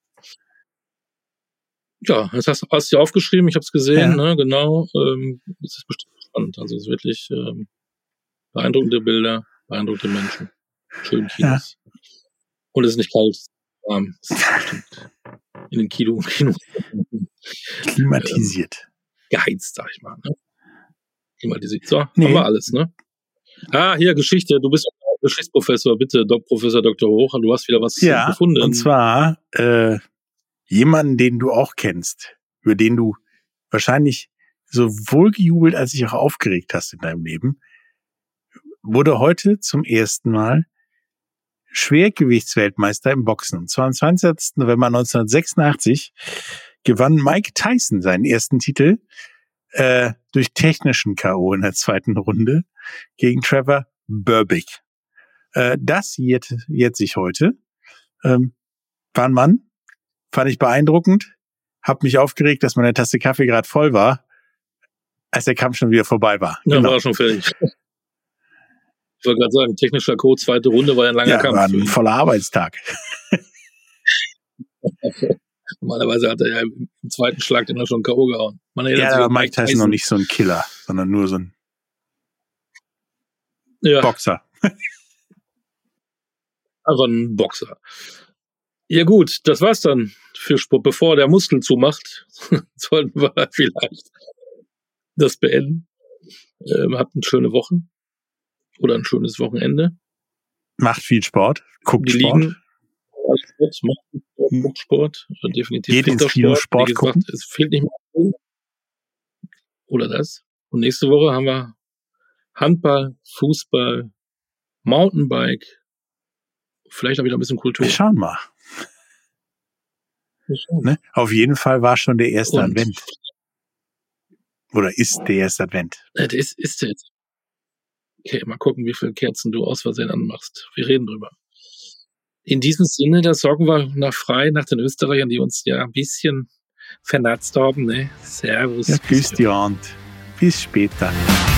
B: Ja, das hast, hast du ja aufgeschrieben, ich habe es gesehen,
A: Ja.
B: ne, genau. Ähm, das ist bestimmt spannend. Also es ist wirklich ähm, beeindruckende Bilder, beeindruckende Menschen. Schön Kinos. Und es ist nicht kalt. Ähm, es ist bestimmt in den Kino, Kino
A: Klimatisiert.
B: geheizt, sag ich mal. Ne? Klimatisiert. So,
A: Nee.
B: haben wir alles, ne? Ah, hier Geschichte. Du bist Geschichtsprofessor, bitte, Doc, Professor Doktor Hoch. Du hast wieder was
A: Ja,
B: gefunden.
A: und zwar äh, jemanden, den du auch kennst, über den du wahrscheinlich sowohl gejubelt als auch aufgeregt hast in deinem Leben, wurde heute zum ersten Mal Schwergewichtsweltmeister im Boxen. Und zwar am zwanzigsten November neunzehnhundertsechsundachtzig gewann Mike Tyson seinen ersten Titel äh, durch technischen K O in der zweiten Runde gegen Trevor Berbick. Äh, das jährt, jährt sich heute. Ähm, war ein Mann, fand ich beeindruckend, hab mich aufgeregt, dass meine Tasse Kaffee gerade voll war, als der Kampf schon wieder vorbei war.
B: Ja,
A: Genau.
B: war schon fertig. Ich wollte gerade sagen, technischer Code, zweite Runde war ja ein langer
A: Ja,
B: Kampf.
A: war ein voller Arbeitstag.
B: Normalerweise hat er ja im zweiten Schlag den er schon K O gehauen. Man erinnert
A: Ja,
B: sich
A: da war
B: an
A: Mike Tyson noch nicht so ein Killer, sondern nur so ein
B: Ja,
A: Boxer.
B: einfach ein Boxer. Ja gut, das war's dann für Sport. Bevor der Muskel zumacht, sollten wir vielleicht das beenden. Ähm, habt eine schöne Woche oder ein schönes Wochenende.
A: Macht viel Sport, guckt
B: Die
A: Sport.
B: liegen Sport, macht Sport, guckt Sport, definitiv
A: Geht ins Kino Sport
B: Wie gesagt,
A: gucken.
B: es fehlt nicht mehr. Oder das. Und nächste Woche haben wir Handball, Fußball, Mountainbike, vielleicht auch wieder ein bisschen Kultur.
A: Wir schauen mal. Ne? Auf jeden Fall war schon der erste
B: Und-
A: Advent. Oder ist der erste Advent.
B: Äh, Das ist, ist jetzt. Okay, mal gucken, wie viele Kerzen du aus Versehen anmachst. Wir reden drüber. In diesem Sinne, da sorgen wir nach frei nach den Österreichern, die uns ja ein bisschen vernatzt haben. Ne? Servus.
A: Ja, grüß dich und bis später.